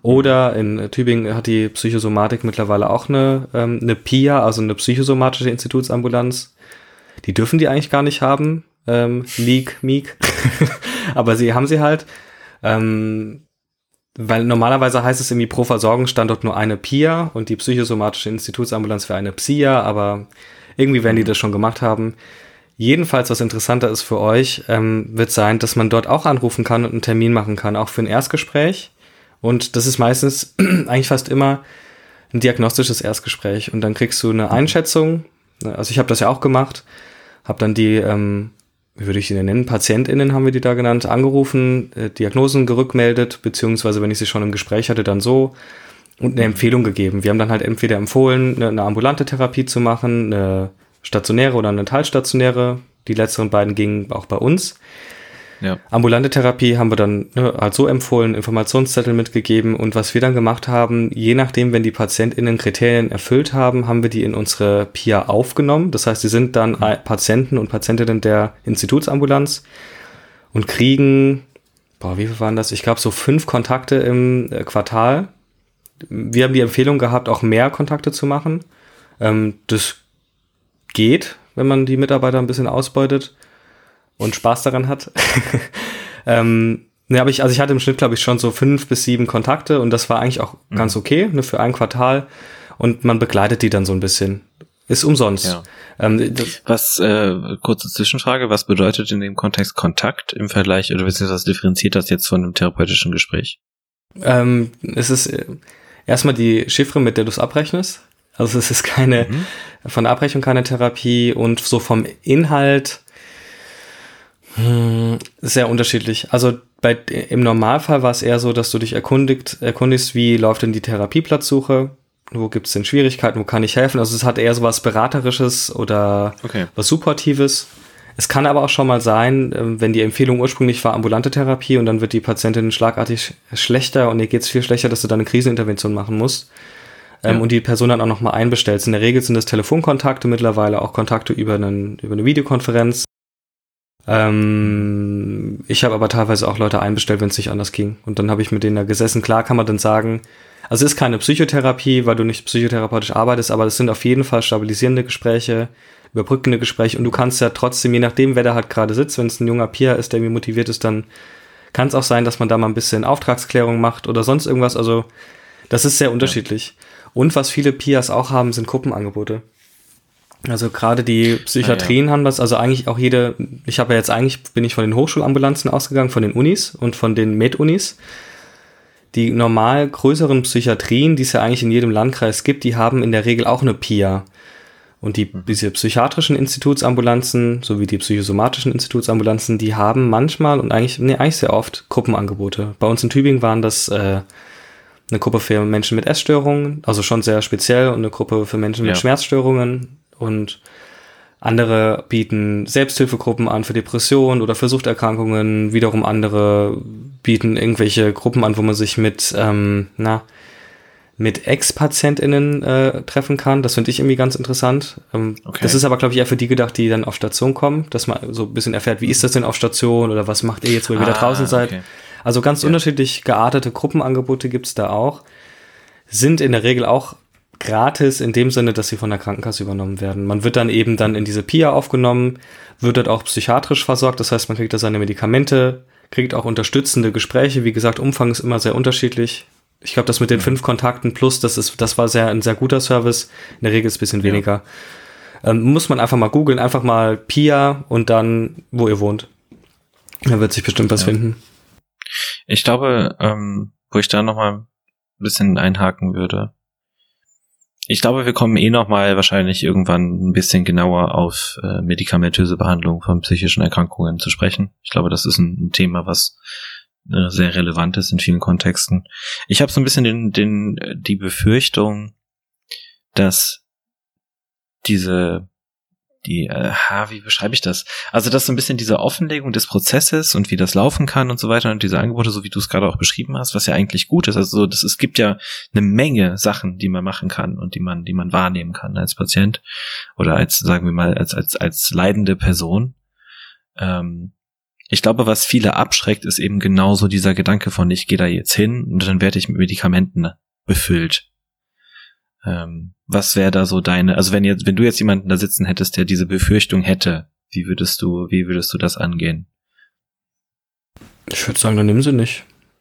Oder in Tübingen hat die Psychosomatik mittlerweile auch eine, ähm, eine P I A, also eine psychosomatische Institutsambulanz. Die dürfen die eigentlich gar nicht haben, ähm, Leak, Meek, aber sie haben sie halt, ähm, weil normalerweise heißt es irgendwie pro Versorgungsstandort nur eine P I A und die psychosomatische Institutsambulanz wäre eine P S I A, aber irgendwie werden die das schon gemacht haben. Jedenfalls, was interessanter ist für euch, ähm, wird sein, dass man dort auch anrufen kann und einen Termin machen kann, auch für ein Erstgespräch. Und das ist meistens, eigentlich fast immer, ein diagnostisches Erstgespräch. Und dann kriegst du eine Einschätzung. Also ich habe das ja auch gemacht, habe dann die, ähm, wie würde ich die denn nennen, PatientInnen haben wir die da genannt, angerufen, äh, Diagnosen gerückmeldet, beziehungsweise wenn ich sie schon im Gespräch hatte, dann so und eine Empfehlung gegeben. Wir haben dann halt entweder empfohlen, eine, eine ambulante Therapie zu machen, eine stationäre oder eine teilstationäre. Die letzteren beiden gingen auch bei uns. Ja. Ambulante Therapie haben wir dann ne, halt so empfohlen, Informationszettel mitgegeben und was wir dann gemacht haben, je nachdem, wenn die PatientInnen Kriterien erfüllt haben, haben wir die in unsere P I A aufgenommen. Das heißt, die sind dann mhm. Patienten und Patientinnen der Institutsambulanz und kriegen, boah, wie viel waren das? Ich glaube so fünf Kontakte im äh, Quartal. Wir haben die Empfehlung gehabt, auch mehr Kontakte zu machen. Ähm, das geht, wenn man die Mitarbeiter ein bisschen ausbeutet und Spaß daran hat. ähm, ne, aber ich, also ich hatte im Schnitt, glaube ich, schon so fünf bis sieben Kontakte und das war eigentlich auch mhm. ganz okay, ne, für ein Quartal. Und man begleitet die dann so ein bisschen. Ist umsonst. Ja. Ähm, was, äh, kurze Zwischenfrage, was bedeutet in dem Kontext Kontakt im Vergleich, oder beziehungsweise differenziert das jetzt von einem therapeutischen Gespräch? Ähm, es ist äh, erstmal die Chiffre, mit der du es abrechnest. Also es ist keine, mhm. von der Abrechnung keine Therapie und so vom Inhalt hm, sehr unterschiedlich. Also bei, im Normalfall war es eher so, dass du dich erkundigt, erkundigst, wie läuft denn die Therapieplatzsuche, wo gibt es denn Schwierigkeiten, wo kann ich helfen. Also es hat eher so was Beraterisches oder okay. was Supportives. Es kann aber auch schon mal sein, wenn die Empfehlung ursprünglich war ambulante Therapie und dann wird die Patientin schlagartig schlechter und ihr geht es viel schlechter, dass du dann eine Krisenintervention machen musst. Ja. Ähm, und die Person dann auch nochmal einbestellst. In der Regel sind das Telefonkontakte, mittlerweile auch Kontakte über, einen, über eine Videokonferenz. Ähm, ich habe aber teilweise auch Leute einbestellt, wenn es nicht anders ging. Und dann habe ich mit denen da gesessen. Klar kann man dann sagen, also es ist keine Psychotherapie, weil du nicht psychotherapeutisch arbeitest, aber es sind auf jeden Fall stabilisierende Gespräche, überbrückende Gespräche und du kannst ja trotzdem, je nachdem, wer da halt gerade sitzt, wenn es ein junger Peer ist, der irgendwie motiviert ist, dann kann es auch sein, dass man da mal ein bisschen Auftragsklärung macht oder sonst irgendwas. Also das ist sehr unterschiedlich. Ja. Und was viele Peers auch haben, sind Gruppenangebote. Also gerade die Psychiatrien ah, ja. haben das, also eigentlich auch jede, ich habe ja jetzt eigentlich, bin ich von den Hochschulambulanzen ausgegangen, von den Unis und von den Med-Unis. Die normal größeren Psychiatrien, die es ja eigentlich in jedem Landkreis gibt, die haben in der Regel auch eine P I A. Und die, diese psychiatrischen Institutsambulanzen, sowie die psychosomatischen Institutsambulanzen, die haben manchmal und eigentlich, nee, eigentlich sehr oft Gruppenangebote. Bei uns in Tübingen waren das äh, eine Gruppe für Menschen mit Essstörungen, also schon sehr speziell, und eine Gruppe für Menschen mit ja. Schmerzstörungen. Und andere bieten Selbsthilfegruppen an für Depressionen oder für Suchterkrankungen. Wiederum andere bieten irgendwelche Gruppen an, wo man sich mit, ähm, na, mit Ex-PatientInnen äh, treffen kann. Das finde ich irgendwie ganz interessant. Ähm, okay. Das ist aber, glaube ich, eher für die gedacht, die dann auf Station kommen, dass man so ein bisschen erfährt, wie ist das denn auf Station oder was macht ihr jetzt, wo ihr ah, wieder draußen seid. Okay. Also ganz ja. unterschiedlich geartete Gruppenangebote gibt's da auch. Sind in der Regel auch gratis in dem Sinne, dass sie von der Krankenkasse übernommen werden. Man wird dann eben dann in diese P I A aufgenommen, wird dort auch psychiatrisch versorgt, das heißt, man kriegt da seine Medikamente, kriegt auch unterstützende Gespräche. Wie gesagt, Umfang ist immer sehr unterschiedlich. Ich glaube, das mit den fünf Kontakten plus, das ist, das war sehr ein sehr guter Service. In der Regel ist es ein bisschen ja. weniger. Ähm, muss man einfach mal googeln, einfach mal P I A und dann, wo ihr wohnt. Da wird sich bestimmt was ja. finden. Ich glaube, ähm, wo ich da nochmal ein bisschen einhaken würde, ich glaube, wir kommen eh nochmal wahrscheinlich irgendwann ein bisschen genauer auf äh, medikamentöse Behandlung von psychischen Erkrankungen zu sprechen. Ich glaube, das ist ein, ein Thema, was äh, sehr relevant ist in vielen Kontexten. Ich habe so ein bisschen den, den, die Befürchtung, dass diese die, äh, wie beschreibe ich das? Also, dass so ein bisschen diese Offenlegung des Prozesses und wie das laufen kann und so weiter und diese Angebote, so wie du es gerade auch beschrieben hast, was ja eigentlich gut ist. Also, das, es gibt ja eine Menge Sachen, die man machen kann und die man, die man wahrnehmen kann als Patient oder als, sagen wir mal, als, als, als leidende Person. Ähm, ich glaube, was viele abschreckt, ist eben genauso dieser Gedanke von, ich gehe da jetzt hin und dann werde ich mit Medikamenten befüllt. Ähm, was wäre da so deine, also wenn jetzt, wenn du jetzt jemanden da sitzen hättest, der diese Befürchtung hätte, wie würdest du, wie würdest du das angehen? Ich würde sagen, dann nimm sie nicht.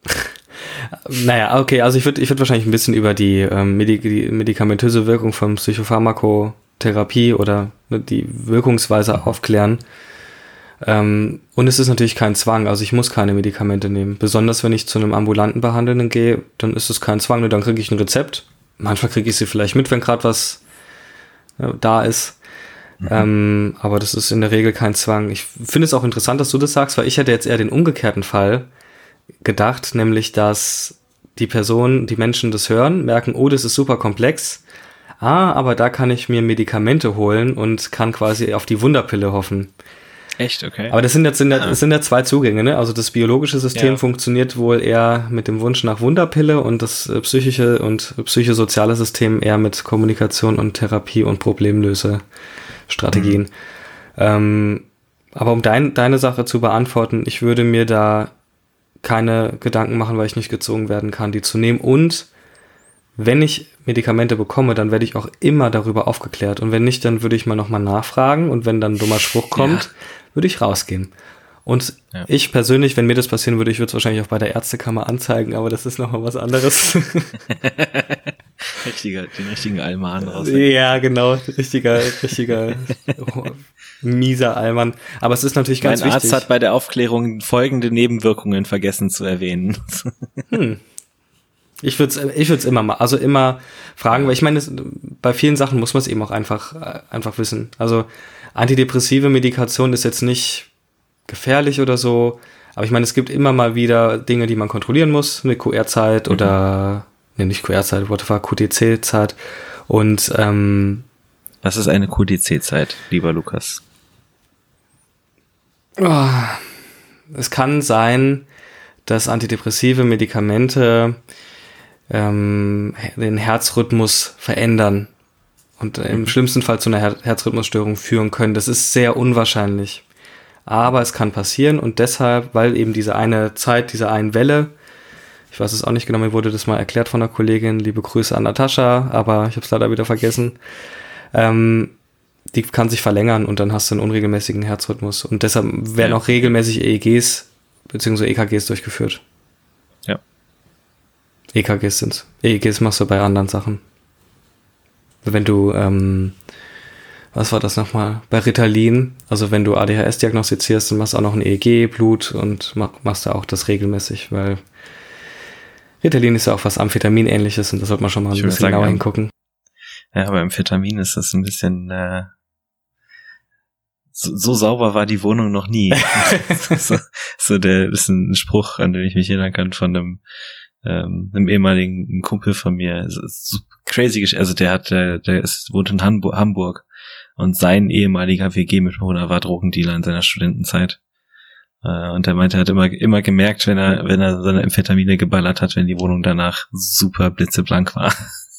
Naja, okay, also ich würde ich würde wahrscheinlich ein bisschen über die, ähm, Medi- die medikamentöse Wirkung von Psychopharmakotherapie oder ne, die Wirkungsweise aufklären. Ähm, und es ist natürlich kein Zwang, also ich muss keine Medikamente nehmen. Besonders wenn ich zu einem ambulanten Behandelnden gehe, dann ist es kein Zwang, nur dann kriege ich ein Rezept. Manchmal kriege ich sie vielleicht mit, wenn gerade was ja, da ist. Mhm. Ähm, aber das ist in der Regel kein Zwang. Ich finde es auch interessant, dass du das sagst, weil ich hätte jetzt eher den umgekehrten Fall gedacht, nämlich, dass die Personen, die Menschen das hören, merken, oh, das ist super komplex. Ah, aber da kann ich mir Medikamente holen und kann quasi auf die Wunderpille hoffen. Echt, okay. Aber das sind jetzt sind ja, das sind ja zwei Zugänge, ne? Also das biologische System ja. funktioniert wohl eher mit dem Wunsch nach Wunderpille und das äh, psychische und psychosoziale System eher mit Kommunikation und Therapie und Problemlösestrategien. Mhm. Ähm, aber um dein, deine Sache zu beantworten, ich würde mir da keine Gedanken machen, weil ich nicht gezwungen werden kann, die zu nehmen. Und wenn ich Medikamente bekomme, dann werde ich auch immer darüber aufgeklärt. Und wenn nicht, dann würde ich mal nochmal nachfragen. Und wenn dann ein dummer Spruch kommt, ja. würde ich rausgehen. Und ja. ich persönlich, wenn mir das passieren würde, ich würde es wahrscheinlich auch bei der Ärztekammer anzeigen, aber das ist nochmal was anderes. Richtiger, den richtigen Alman raus. Ja, genau, richtiger, richtiger mieser Allmann. Aber es ist natürlich ganz mein wichtig. Mein Arzt hat bei der Aufklärung folgende Nebenwirkungen vergessen zu erwähnen. Hm. Ich würde es ich würd's immer mal, also immer fragen, weil ich meine, es, bei vielen Sachen muss man es eben auch einfach, einfach wissen. Also antidepressive Medikation ist jetzt nicht gefährlich oder so, aber ich meine, es gibt immer mal wieder Dinge, die man kontrollieren muss, eine Q R-Zeit mhm. oder, ne, nicht Q R-Zeit, whatever, Q D C-Zeit und ähm, was ist eine Q D C-Zeit, lieber Lukas? Oh, es kann sein, dass antidepressive Medikamente ähm, den Herzrhythmus verändern und im mhm. schlimmsten Fall zu einer Her- Herzrhythmusstörung führen können. Das ist sehr unwahrscheinlich. Aber es kann passieren und deshalb, weil eben diese eine Zeit, diese eine Welle, ich weiß es auch nicht genau, mir wurde das mal erklärt von einer Kollegin, liebe Grüße an Natascha, aber ich habe es leider wieder vergessen, ähm, die kann sich verlängern und dann hast du einen unregelmäßigen Herzrhythmus und deshalb werden ja. auch regelmäßig E E Gs bzw. E K Gs durchgeführt. Ja. E K Gs sind's. E E Gs machst du bei anderen Sachen. Wenn du, ähm, was war das nochmal? Bei Ritalin, also wenn du A D H S diagnostizierst, dann machst du auch noch ein E E G, Blut und mach, machst du auch das regelmäßig, weil Ritalin ist ja auch was Amphetamin-ähnliches und da sollte man schon mal ein ich bisschen genauer hingucken. Ja, aber Amphetamin ist das ein bisschen, äh, so, so sauber war die Wohnung noch nie. so, so der ist ein Spruch, an den ich mich erinnern kann von einem, ähm, einem ehemaligen Kumpel von mir. So, so crazy, also der hat, der, der ist, wohnt in Hamburg, Hamburg und sein ehemaliger W G-Mitbewohner war Drogendealer in seiner Studentenzeit. Äh, und er meinte, er hat immer, immer gemerkt, wenn er, wenn er seine Amphetamine geballert hat, wenn die Wohnung danach super blitzeblank war.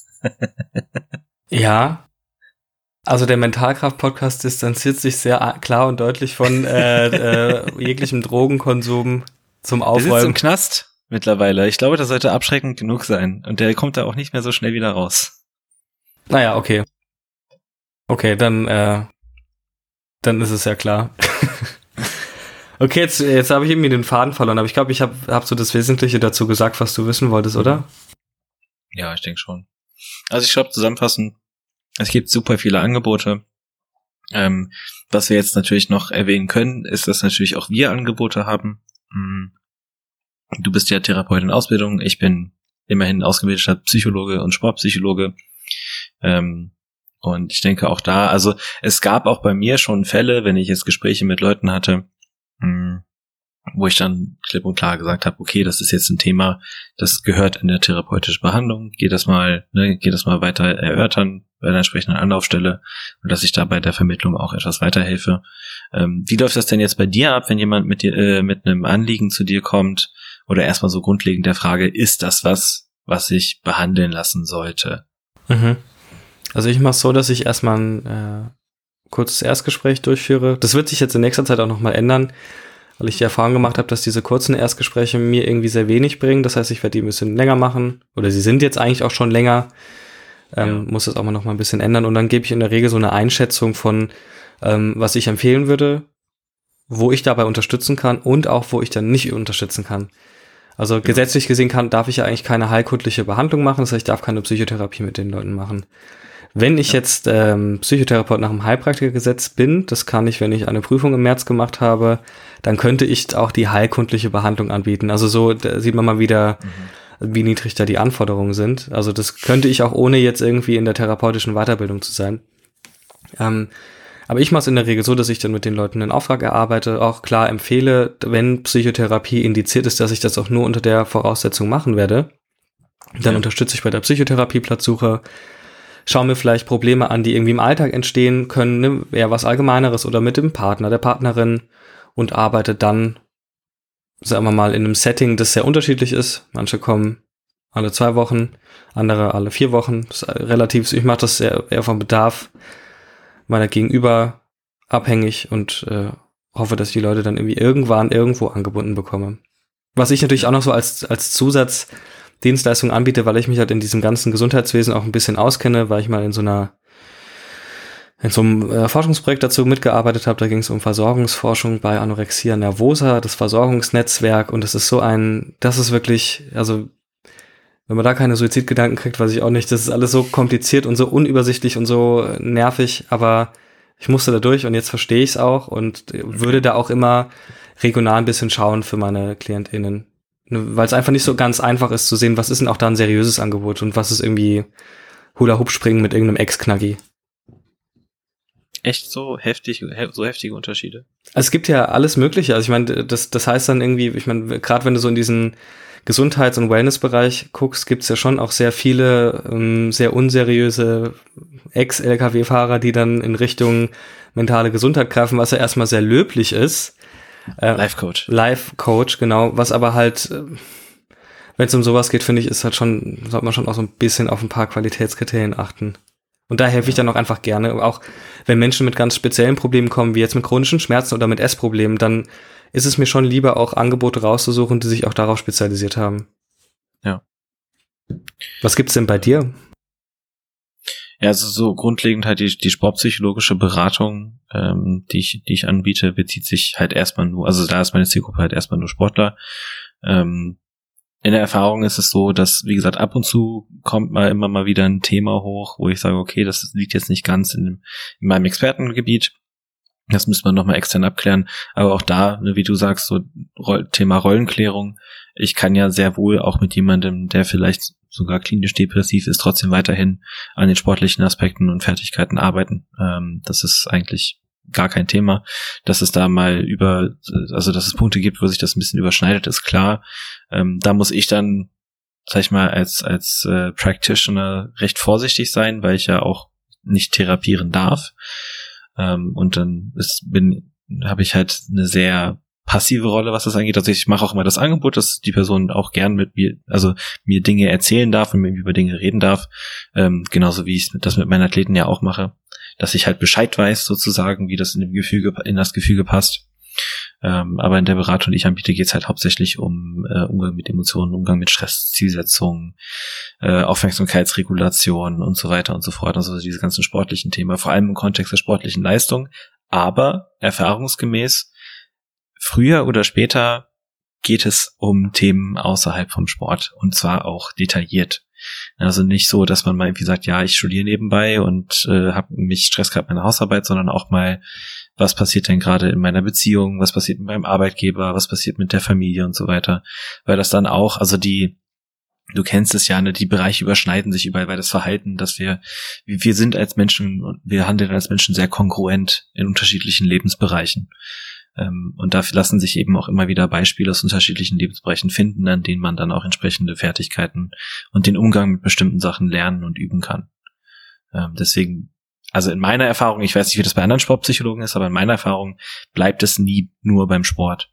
Ja. Also der Mentalkraft-Podcast distanziert sich sehr klar und deutlich von äh, äh, jeglichem Drogenkonsum zum Aufräumen. Der sitzt im Knast mittlerweile. Ich glaube, das sollte abschreckend genug sein. Und der kommt da auch nicht mehr so schnell wieder raus. Naja, okay. Okay, dann äh, dann ist es ja klar. Okay, jetzt, jetzt habe ich irgendwie den Faden verloren, aber ich glaube, ich habe hab so das Wesentliche dazu gesagt, was du wissen wolltest, oder? Ja, ich denke schon. Also ich glaube, zusammenfassend, es gibt super viele Angebote. Ähm, was wir jetzt natürlich noch erwähnen können, ist, dass natürlich auch wir Angebote haben. Du bist ja Therapeut in Ausbildung, ich bin immerhin ausgebildeter Psychologe und Sportpsychologe. Ähm, und ich denke auch da, also es gab auch bei mir schon Fälle, wenn ich jetzt Gespräche mit Leuten hatte, wo ich dann klipp und klar gesagt habe, okay, das ist jetzt ein Thema, das gehört in der therapeutischen Behandlung, geht das mal, ne, geht das mal weiter erörtern bei der entsprechenden Anlaufstelle und dass ich da bei der Vermittlung auch etwas weiterhelfe. Ähm, wie läuft das denn jetzt bei dir ab, wenn jemand mit dir äh, mit einem Anliegen zu dir kommt oder erstmal so grundlegend der Frage, ist das was, was ich behandeln lassen sollte? Mhm. Also ich mache es so, dass ich erstmal ein äh kurzes Erstgespräch durchführe. Das wird sich jetzt in nächster Zeit auch nochmal ändern, weil ich die Erfahrung gemacht habe, dass diese kurzen Erstgespräche mir irgendwie sehr wenig bringen. Das heißt, ich werde die ein bisschen länger machen oder sie sind jetzt eigentlich auch schon länger. Ähm, ja. Muss das auch mal noch mal ein bisschen ändern und dann gebe ich in der Regel so eine Einschätzung von, ähm, was ich empfehlen würde, wo ich dabei unterstützen kann und auch, wo ich dann nicht unterstützen kann. Also genau. Gesetzlich gesehen kann, darf ich ja eigentlich keine heilkundliche Behandlung machen, das heißt, ich darf keine Psychotherapie mit den Leuten machen. Wenn ich ja. jetzt ähm, Psychotherapeut nach dem Heilpraktikergesetz bin, das kann ich, wenn ich eine Prüfung im März gemacht habe, dann könnte ich auch die heilkundliche Behandlung anbieten. Also so da sieht man mal wieder, mhm. wie niedrig da die Anforderungen sind. Also das könnte ich auch ohne jetzt irgendwie in der therapeutischen Weiterbildung zu sein. Ähm, aber ich mache es in der Regel so, dass ich dann mit den Leuten einen Auftrag erarbeite, auch klar empfehle, wenn Psychotherapie indiziert ist, dass ich das auch nur unter der Voraussetzung machen werde. Dann ja. unterstütze ich bei der Psychotherapieplatzsuche, schaue mir vielleicht Probleme an, die irgendwie im Alltag entstehen können, ne, eher was Allgemeineres oder mit dem Partner, der Partnerin und arbeite dann, sagen wir mal, in einem Setting, das sehr unterschiedlich ist. Manche kommen alle zwei Wochen, andere alle vier Wochen. Das ist relativ, ich mache das eher, eher vom Bedarf meiner Gegenüber abhängig und äh, hoffe, dass ich die Leute dann irgendwie irgendwann irgendwo angebunden bekomme. Was ich natürlich auch noch so als als Zusatzdienstleistung anbiete, weil ich mich halt in diesem ganzen Gesundheitswesen auch ein bisschen auskenne, weil ich mal in so einer in so einem äh, Forschungsprojekt dazu mitgearbeitet habe. Da ging es um Versorgungsforschung bei Anorexia nervosa, das Versorgungsnetzwerk und das ist so ein, das ist wirklich, also wenn man da keine Suizidgedanken kriegt, weiß ich auch nicht. Das ist alles so kompliziert und so unübersichtlich und so nervig, aber ich musste da durch und jetzt verstehe ich es auch und würde da auch immer regional ein bisschen schauen für meine KlientInnen. Weil es einfach nicht so ganz einfach ist zu sehen, was ist denn auch da ein seriöses Angebot und was ist irgendwie Hula-Hoop-Springen mit irgendeinem Ex-Knacki. Echt so heftig, so heftige Unterschiede? Also es gibt ja alles Mögliche. Also ich meine, das, das heißt dann irgendwie, ich meine, gerade wenn du so in diesen Gesundheits- und Wellness-Bereich guckst, gibt's ja schon auch sehr viele ähm, sehr unseriöse Ex-L K W-Fahrer, die dann in Richtung mentale Gesundheit greifen, was ja erstmal sehr löblich ist. Äh, Life-Coach. Life-Coach, genau. Was aber halt, äh, wenn es um sowas geht, finde ich, ist halt schon, sollte man schon auch so ein bisschen auf ein paar Qualitätskriterien achten. Und da helfe ich dann auch einfach gerne. Auch wenn Menschen mit ganz speziellen Problemen kommen, wie jetzt mit chronischen Schmerzen oder mit Essproblemen, dann ist es mir schon lieber, auch Angebote rauszusuchen, die sich auch darauf spezialisiert haben. Ja. Was gibt's denn bei dir? Ja, also so grundlegend halt die, die sportpsychologische Beratung, ähm, die ich, die ich anbiete, bezieht sich halt erstmal nur, also da ist meine Zielgruppe halt erstmal nur Sportler. Ähm, in der Erfahrung ist es so, dass, wie gesagt, ab und zu kommt mal immer mal wieder ein Thema hoch, wo ich sage, okay, das liegt jetzt nicht ganz in, dem, in meinem Expertengebiet. Das müsste man nochmal extern abklären. Aber auch da, ne, wie du sagst, so Roll- Thema Rollenklärung. Ich kann ja sehr wohl auch mit jemandem, der vielleicht sogar klinisch depressiv ist, trotzdem weiterhin an den sportlichen Aspekten und Fertigkeiten arbeiten. Ähm, das ist eigentlich gar kein Thema. Dass es da mal über, also dass es Punkte gibt, wo sich das ein bisschen überschneidet, ist klar. Ähm, da muss ich dann, sag ich mal, als als äh, Practitioner recht vorsichtig sein, weil ich ja auch nicht therapieren darf. Ähm, und dann ist, bin, habe ich halt eine sehr passive Rolle, was das angeht. Also ich mache auch immer das Angebot, dass die Person auch gern mit mir, also mir Dinge erzählen darf und mit mir über Dinge reden darf. Ähm, genauso wie ich das mit meinen Athleten ja auch mache, dass ich halt Bescheid weiß sozusagen, wie das in dem Gefüge, in das Gefüge passt. Ähm, aber in der Beratung, die ich anbiete, geht es halt hauptsächlich um äh, Umgang mit Emotionen, Umgang mit Stress, Zielsetzungen, äh, Aufmerksamkeitsregulation und so weiter und so fort. Also diese ganzen sportlichen Themen, vor allem im Kontext der sportlichen Leistung. Aber erfahrungsgemäß, früher oder später geht es um Themen außerhalb vom Sport und zwar auch detailliert. Also nicht so, dass man mal irgendwie sagt, ja, ich studiere nebenbei und äh, habe mich Stress gehabt mit meiner Hausarbeit, sondern auch mal, was passiert denn gerade in meiner Beziehung, was passiert mit meinem Arbeitgeber, was passiert mit der Familie und so weiter. Weil das dann auch, also die, du kennst es ja, ne, die Bereiche überschneiden sich überall, weil das Verhalten, dass wir, wir sind als Menschen und wir handeln als Menschen sehr kongruent in unterschiedlichen Lebensbereichen. Und da lassen sich eben auch immer wieder Beispiele aus unterschiedlichen Lebensbereichen finden, an denen man dann auch entsprechende Fertigkeiten und den Umgang mit bestimmten Sachen lernen und üben kann. Deswegen, also in meiner Erfahrung, ich weiß nicht, wie das bei anderen Sportpsychologen ist, aber in meiner Erfahrung bleibt es nie nur beim Sport.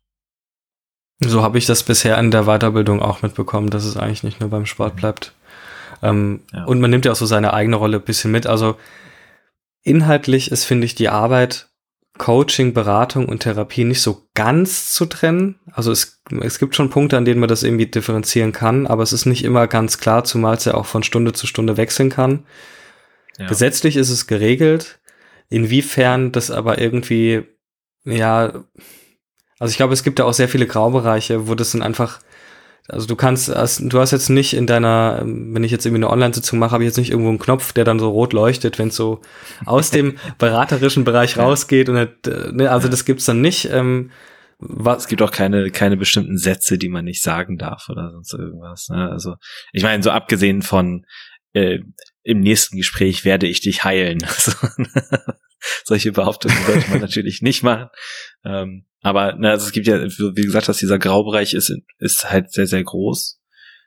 So habe ich das bisher in der Weiterbildung auch mitbekommen, dass es eigentlich nicht nur beim Sport bleibt. Ähm, ja. Und man nimmt ja auch so seine eigene Rolle ein bisschen mit. Also inhaltlich ist, finde ich, die Arbeit Coaching, Beratung und Therapie nicht so ganz zu trennen. Also es, es gibt schon Punkte, an denen man das irgendwie differenzieren kann, aber es ist nicht immer ganz klar, zumal es ja auch von Stunde zu Stunde wechseln kann. Ja. Gesetzlich ist es geregelt. Inwiefern das aber irgendwie, ja, also ich glaube, es gibt ja auch sehr viele Graubereiche, wo das dann einfach, also du kannst, du hast jetzt nicht in deiner, wenn ich jetzt irgendwie eine Online-Sitzung mache, habe ich jetzt nicht irgendwo einen Knopf, der dann so rot leuchtet, wenn es so aus dem beraterischen Bereich rausgeht und ne, also das gibt's dann nicht. Ähm, was es gibt auch keine keine bestimmten Sätze, die man nicht sagen darf oder sonst irgendwas. Ne? Also ich meine, so abgesehen von äh, im nächsten Gespräch werde ich dich heilen. Also, solche Behauptungen sollte man natürlich nicht machen. Ähm, aber na, also es gibt ja, wie gesagt, dass dieser Graubereich ist, ist halt sehr, sehr groß.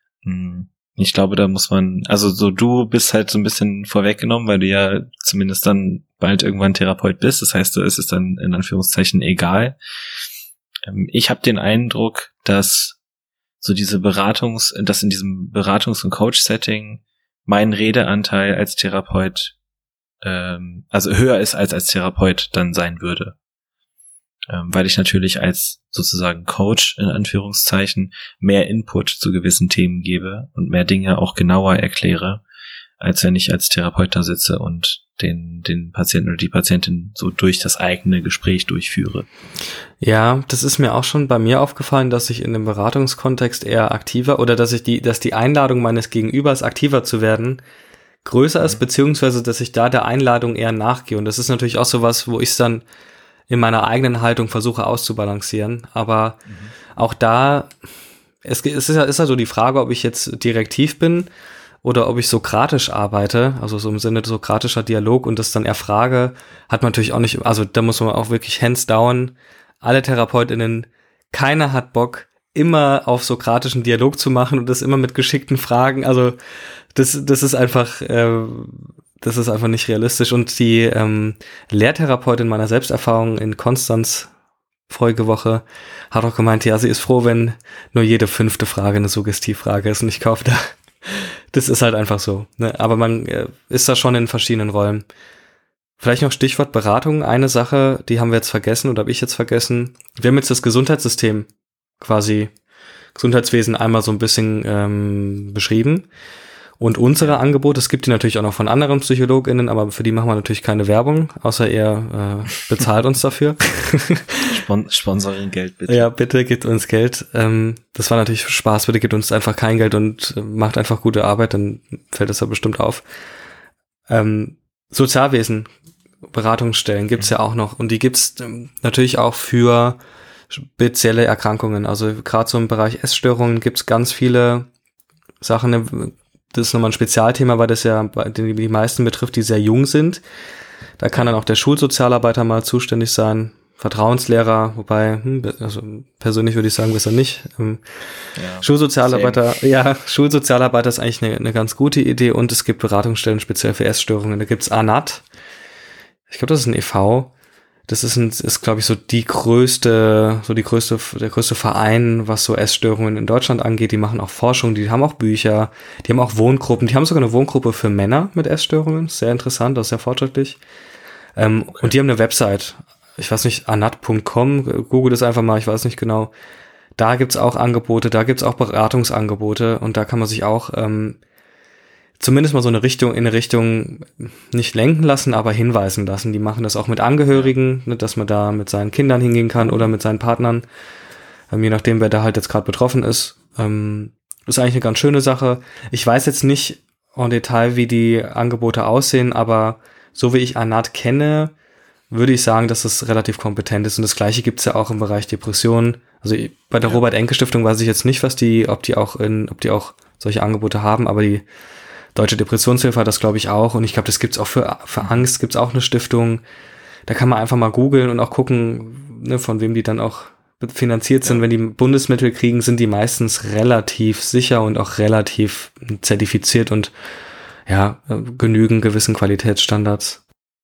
Ich glaube, da muss man, also so du bist halt so ein bisschen vorweggenommen, weil du ja zumindest dann bald irgendwann Therapeut bist. Das heißt, es ist dann in Anführungszeichen egal. Ähm, ich habe den Eindruck, dass so diese Beratungs, dass in diesem Beratungs- und Coach-Setting mein Redeanteil als Therapeut ähm, also höher ist als als Therapeut dann sein würde. Ähm, weil ich natürlich als sozusagen Coach in Anführungszeichen mehr Input zu gewissen Themen gebe und mehr Dinge auch genauer erkläre, als wenn ich als Therapeut da sitze und den den Patienten oder die Patientin so durch das eigene Gespräch durchführe. Ja, das ist mir auch schon bei mir aufgefallen, dass ich in dem Beratungskontext eher aktiver oder dass ich die, dass die Einladung meines Gegenübers aktiver zu werden größer ist, beziehungsweise dass ich da der Einladung eher nachgehe. Und das ist natürlich auch sowas, wo ich es dann in meiner eigenen Haltung versuche auszubalancieren. Aber mhm. auch da, es, es ist ja, ist ja so die Frage, ob ich jetzt direktiv bin oder ob ich sokratisch arbeite, also so im Sinne sokratischer Dialog und das dann erfrage, hat man natürlich auch nicht, also da muss man auch wirklich hands down, alle TherapeutInnen, keiner hat Bock, immer auf sokratischen Dialog zu machen und das immer mit geschickten Fragen, also das das ist einfach äh, das ist einfach nicht realistisch und die ähm, Lehrtherapeutin meiner Selbsterfahrung in Konstanz Folgewoche hat auch gemeint, ja, sie ist froh, wenn nur jede fünfte Frage eine Suggestivfrage ist und ich kaufe da, das ist halt einfach so, ne? Aber man äh, ist da schon in verschiedenen Rollen. Vielleicht noch Stichwort Beratung, eine Sache, die haben wir jetzt vergessen oder habe ich jetzt vergessen, wir haben jetzt das Gesundheitssystem quasi Gesundheitswesen einmal so ein bisschen ähm, beschrieben. Und unsere Angebote, es gibt die natürlich auch noch von anderen PsychologInnen, aber für die machen wir natürlich keine Werbung, außer ihr äh, bezahlt uns dafür. Spon- Sponsoring Geld bitte. Ja, bitte gebt uns Geld. Ähm, das war natürlich Spaß, bitte gebt uns einfach kein Geld und äh, macht einfach gute Arbeit, dann fällt das ja bestimmt auf. Ähm, Sozialwesen, Beratungsstellen gibt's ja auch noch und die gibt's ähm, natürlich auch für spezielle Erkrankungen. Also gerade so im Bereich Essstörungen gibt's ganz viele Sachen. Das ist nochmal ein Spezialthema, weil das ja die, die meisten betrifft, die sehr jung sind. Da kann dann auch der Schulsozialarbeiter mal zuständig sein, Vertrauenslehrer, wobei, hm, also persönlich würde ich sagen, besser nicht. Ähm, ja, Schulsozialarbeiter, same. ja, Schulsozialarbeiter ist eigentlich eine, eine ganz gute Idee und es gibt Beratungsstellen speziell für Essstörungen. Da gibt's A N A T. Ich glaube, das ist ein E V. Das ist, ein, ist glaube ich, so die größte, so die größte, der größte Verein, was so Essstörungen in Deutschland angeht. Die machen auch Forschung, die haben auch Bücher, die haben auch Wohngruppen. Die haben sogar eine Wohngruppe für Männer mit Essstörungen. Sehr interessant, das ist sehr fortschrittlich. Ähm, okay. Und die haben eine Website. Ich weiß nicht, anat punkt com. Google das einfach mal, ich weiß nicht genau. Da gibt's auch Angebote, da gibt's auch Beratungsangebote und da kann man sich auch ähm, zumindest mal so eine Richtung, in eine Richtung nicht lenken lassen, aber hinweisen lassen. Die machen das auch mit Angehörigen, ne, dass man da mit seinen Kindern hingehen kann oder mit seinen Partnern, ähm, je nachdem, wer da halt jetzt gerade betroffen ist. Ähm, ist eigentlich eine ganz schöne Sache. Ich weiß jetzt nicht en Detail, wie die Angebote aussehen, aber so wie ich A N A T kenne, würde ich sagen, dass es relativ kompetent ist. Und das Gleiche gibt's ja auch im Bereich Depressionen. Also bei der ja. Robert-Enke-Stiftung weiß ich jetzt nicht, was die, ob die auch in, ob die auch solche Angebote haben, aber die Deutsche Depressionshilfe hat das, glaube ich, auch. Und ich glaube, das gibt's auch für, für Angst, gibt's auch eine Stiftung. Da kann man einfach mal googeln und auch gucken, ne, von wem die dann auch finanziert sind. Ja. Wenn die Bundesmittel kriegen, sind die meistens relativ sicher und auch relativ zertifiziert und ja, genügen gewissen Qualitätsstandards.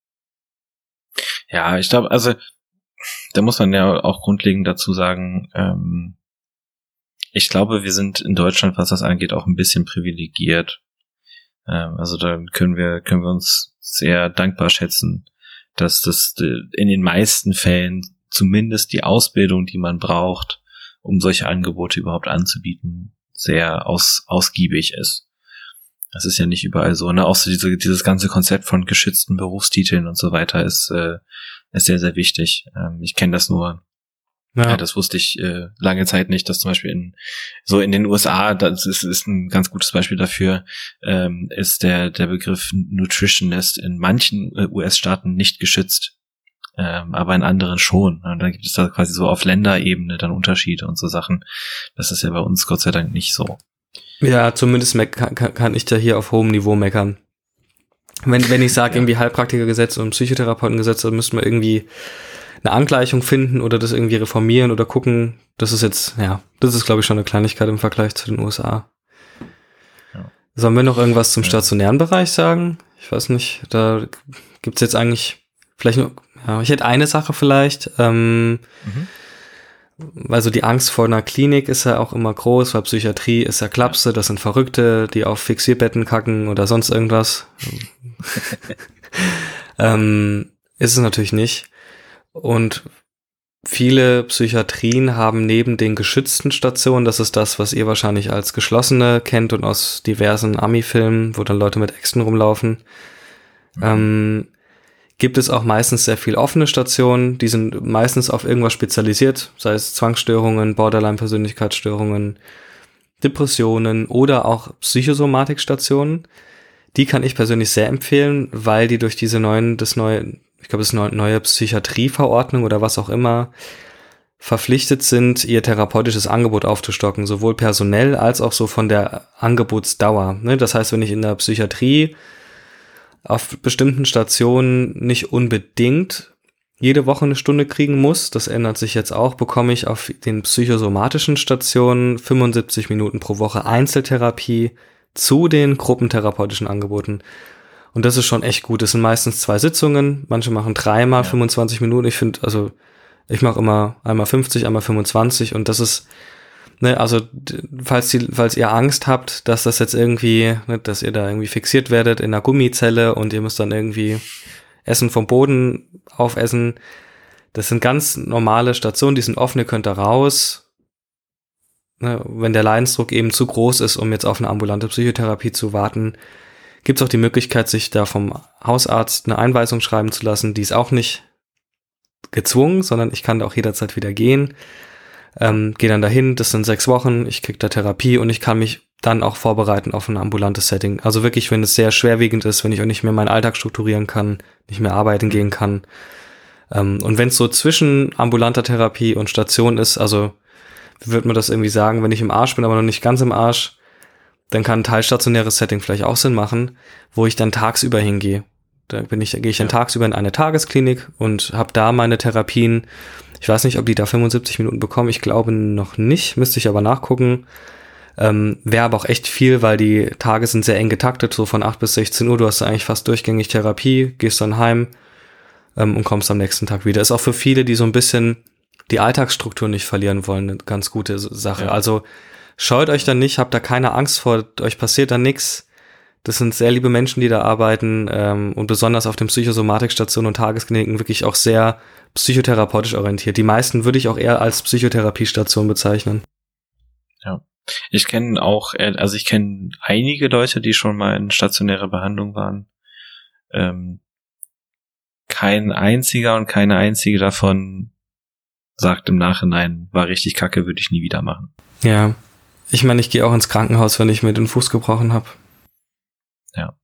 Ja, ich glaube, also da muss man ja auch grundlegend dazu sagen, ähm, ich glaube, wir sind in Deutschland, was das angeht, auch ein bisschen privilegiert. Also da können wir können wir uns sehr dankbar schätzen, dass das in den meisten Fällen zumindest die Ausbildung, die man braucht, um solche Angebote überhaupt anzubieten, sehr aus, ausgiebig ist. Das ist ja nicht überall so, ne? Auch so diese, dieses ganze Konzept von geschützten Berufstiteln und so weiter ist, äh, ist sehr, sehr wichtig. Ähm, ich kenne das nur, ja. ja, das wusste ich äh, lange Zeit nicht, dass zum Beispiel in so in den U S A, das ist, ist ein ganz gutes Beispiel dafür, ähm, ist der der Begriff Nutritionist in manchen äh, U S-Staaten nicht geschützt, ähm, aber in anderen schon. Und dann gibt es da quasi so auf Länderebene dann Unterschiede und so Sachen. Das ist ja bei uns Gott sei Dank nicht so. Ja, zumindest me- kann, kann ich da hier auf hohem Niveau meckern. Wenn, wenn ich sage, ja. irgendwie Heilpraktikergesetz und Psychotherapeutengesetz, dann müssten wir irgendwie eine Angleichung finden oder das irgendwie reformieren oder gucken. Das ist jetzt, ja, das ist, glaube ich, schon eine Kleinigkeit im Vergleich zu den U S A. Ja. Sollen wir noch irgendwas zum stationären Bereich sagen? Ich weiß nicht, da gibt's jetzt eigentlich vielleicht noch, ja, ich hätte eine Sache vielleicht, ähm, mhm. Also die Angst vor einer Klinik ist ja auch immer groß, weil Psychiatrie ist ja Klapse, das sind Verrückte, die auf Fixierbetten kacken oder sonst irgendwas. ähm, ist es natürlich nicht. Und viele Psychiatrien haben neben den geschützten Stationen, das ist das, was ihr wahrscheinlich als geschlossene kennt und aus diversen Ami-Filmen, wo dann Leute mit Äxten rumlaufen, mhm. ähm, gibt es auch meistens sehr viel offene Stationen, die sind meistens auf irgendwas spezialisiert, sei es Zwangsstörungen, Borderline-Persönlichkeitsstörungen, Depressionen oder auch Psychosomatikstationen. Die kann ich persönlich sehr empfehlen, weil die durch diese neuen, das neue, ich glaube, das neue, neue Psychiatrieverordnung oder was auch immer, verpflichtet sind, ihr therapeutisches Angebot aufzustocken, sowohl personell als auch so von der Angebotsdauer. Das heißt, wenn ich in der Psychiatrie auf bestimmten Stationen nicht unbedingt jede Woche eine Stunde kriegen muss, das ändert sich jetzt auch, bekomme ich auf den psychosomatischen Stationen fünfundsiebzig Minuten pro Woche Einzeltherapie zu den gruppentherapeutischen Angeboten. Und das ist schon echt gut. Das sind meistens zwei Sitzungen, manche machen dreimal ja. fünfundzwanzig Minuten. Ich finde, also ich mache immer einmal fünfzig, einmal fünfundzwanzig und das ist Ne, also falls die, falls ihr Angst habt, dass das jetzt irgendwie, ne, dass ihr da irgendwie fixiert werdet in einer Gummizelle und ihr müsst dann irgendwie Essen vom Boden aufessen, das sind ganz normale Stationen, die sind offen, ihr könnt da raus, ne, wenn der Leidensdruck eben zu groß ist, um jetzt auf eine ambulante Psychotherapie zu warten, gibt es auch die Möglichkeit, sich da vom Hausarzt eine Einweisung schreiben zu lassen, die ist auch nicht gezwungen, sondern ich kann da auch jederzeit wieder gehen. Ähm, gehe dann dahin, das sind sechs Wochen, ich krieg da Therapie und ich kann mich dann auch vorbereiten auf ein ambulantes Setting. Also wirklich, wenn es sehr schwerwiegend ist, wenn ich auch nicht mehr meinen Alltag strukturieren kann, nicht mehr arbeiten gehen kann. Ähm, und wenn es so zwischen ambulanter Therapie und Station ist, also wie würde man das irgendwie sagen, wenn ich im Arsch bin, aber noch nicht ganz im Arsch, dann kann ein teilstationäres Setting vielleicht auch Sinn machen, wo ich dann tagsüber hingehe. Da bin ich, gehe ich dann ja. tagsüber in eine Tagesklinik und habe da meine Therapien. Ich weiß nicht, ob die da fünfundsiebzig Minuten bekommen. Ich glaube noch nicht, müsste ich aber nachgucken. Ähm, Wäre aber auch echt viel, weil die Tage sind sehr eng getaktet, so von acht bis sechzehn Uhr. Du hast eigentlich fast durchgängig Therapie, gehst dann heim ähm, und kommst am nächsten Tag wieder. Ist auch für viele, die so ein bisschen die Alltagsstruktur nicht verlieren wollen, eine ganz gute Sache. Ja. Also scheut euch dann nicht, habt da keine Angst vor, euch passiert da nichts. Das sind sehr liebe Menschen, die da arbeiten ähm, und besonders auf den Psychosomatikstationen und Tageskliniken wirklich auch sehr psychotherapeutisch orientiert. Die meisten würde ich auch eher als Psychotherapiestation bezeichnen. Ja, ich kenne auch, also ich kenne einige Leute, die schon mal in stationärer Behandlung waren. Ähm, kein einziger und keine einzige davon sagt im Nachhinein, war richtig kacke, würde ich nie wieder machen. Ja, ich meine, ich gehe auch ins Krankenhaus, wenn ich mir den Fuß gebrochen habe. Ja.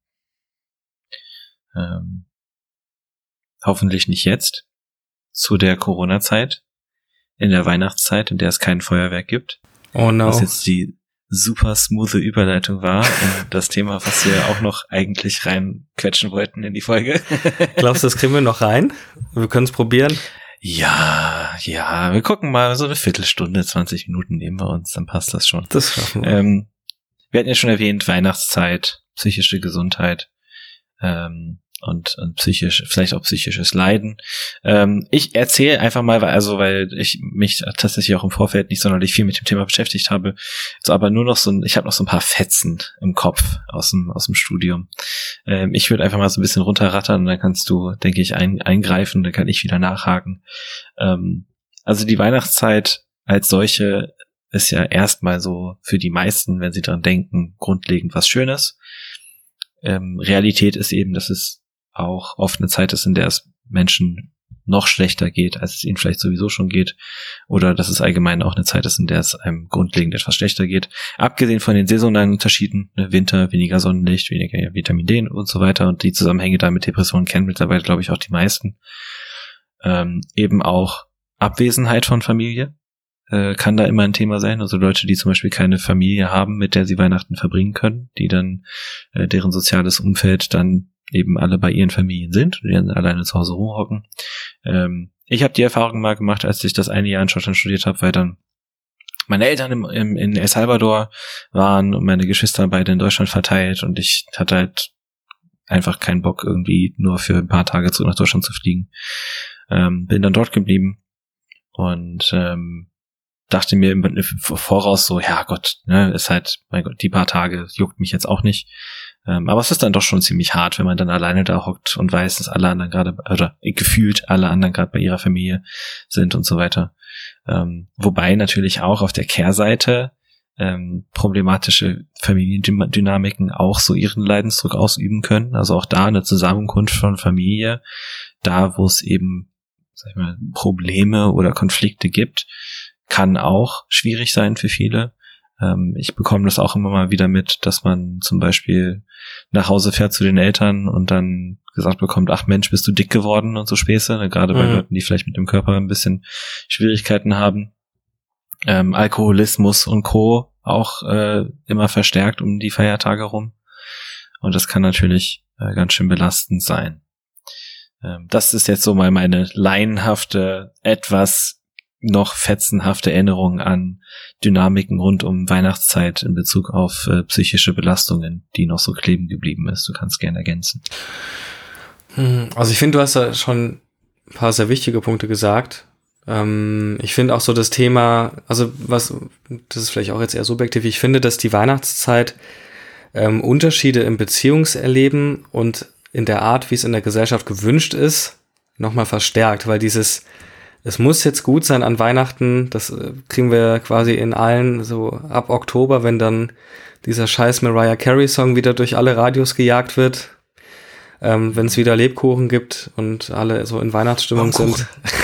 Ähm, hoffentlich nicht jetzt, zu der Corona-Zeit, in der Weihnachtszeit, in der es kein Feuerwerk gibt. Oh no. Was jetzt die super smoothe Überleitung war in das Thema, was wir auch noch eigentlich reinquetschen wollten in die Folge. Glaubst du, das kriegen wir noch rein? Wir können es probieren. Ja, ja, wir gucken mal, so eine Viertelstunde, zwanzig Minuten nehmen wir uns, dann passt das schon. Das schaffen wir. Ähm, wir hatten ja schon erwähnt, Weihnachtszeit, psychische Gesundheit ähm, und, und psychisch, vielleicht auch psychisches Leiden. Ähm, ich erzähle einfach mal, also weil ich mich tatsächlich auch im Vorfeld nicht sonderlich viel mit dem Thema beschäftigt habe, so aber nur noch so, ein, ich habe noch so ein paar Fetzen im Kopf aus dem aus dem Studium. Ähm, ich würde einfach mal so ein bisschen runterrattern und dann kannst du, denke ich, ein, eingreifen, dann kann ich wieder nachhaken. Ähm, also die Weihnachtszeit als solche ist ja erstmal so für die meisten, wenn sie dran denken, grundlegend was Schönes. Ähm, Realität ist eben, dass es auch oft eine Zeit ist, in der es Menschen noch schlechter geht, als es ihnen vielleicht sowieso schon geht, oder dass es allgemein auch eine Zeit ist, in der es einem grundlegend etwas schlechter geht. Abgesehen von den saisonalen Unterschieden, ne, Winter, weniger Sonnenlicht, weniger Vitamin D und so weiter, und die Zusammenhänge da mit Depressionen kennen mittlerweile, glaube ich, auch die meisten. Ähm, eben auch Abwesenheit von Familie äh, kann da immer ein Thema sein. Also Leute, die zum Beispiel keine Familie haben, mit der sie Weihnachten verbringen können, die dann äh, deren soziales Umfeld dann eben alle bei ihren Familien sind und die dann alleine zu Hause rumhocken. Ähm, ich habe die Erfahrung mal gemacht, als ich das eine Jahr in Schottland studiert habe, weil dann meine Eltern im, im, in El Salvador waren und meine Geschwister beide in Deutschland verteilt, und ich hatte halt einfach keinen Bock, irgendwie nur für ein paar Tage zurück nach Deutschland zu fliegen. Ähm, bin dann dort geblieben und ähm, dachte mir im Voraus so, ja Gott, ne, ist halt, mein Gott, die paar Tage juckt mich jetzt auch nicht. Ähm, aber es ist dann doch schon ziemlich hart, wenn man dann alleine da hockt und weiß, dass alle anderen gerade, oder gefühlt alle anderen gerade bei ihrer Familie sind und so weiter. Ähm, wobei natürlich auch auf der Kehrseite ähm, problematische Familiendynamiken auch so ihren Leidensdruck ausüben können. Also auch da eine Zusammenkunft von Familie, da wo es eben, sag ich mal, Probleme oder Konflikte gibt, kann auch schwierig sein für viele. Ähm, ich bekomme das auch immer mal wieder mit, dass man zum Beispiel nach Hause fährt zu den Eltern und dann gesagt bekommt, ach Mensch, bist du dick geworden und so Späße, ne? Gerade bei mhm. Leuten, die vielleicht mit dem Körper ein bisschen Schwierigkeiten haben. Ähm, Alkoholismus und Co. auch äh, immer verstärkt um die Feiertage rum. Und das kann natürlich äh, ganz schön belastend sein. Ähm, das ist jetzt so mal meine laienhafte, etwas noch fetzenhafte Erinnerung an Dynamiken rund um Weihnachtszeit in Bezug auf äh, psychische Belastungen, die noch so kleben geblieben ist. Du kannst gerne ergänzen. Also ich finde, du hast da schon ein paar sehr wichtige Punkte gesagt. Ähm, ich finde auch so das Thema, also was, das ist vielleicht auch jetzt eher subjektiv, ich finde, dass die Weihnachtszeit ähm, Unterschiede im Beziehungserleben und in der Art, wie es in der Gesellschaft gewünscht ist, nochmal verstärkt, weil dieses es muss jetzt gut sein an Weihnachten, das kriegen wir quasi in allen, so ab Oktober, wenn dann dieser scheiß Mariah Carey Song wieder durch alle Radios gejagt wird, ähm, wenn es wieder Lebkuchen gibt und alle so in Weihnachtsstimmung sind.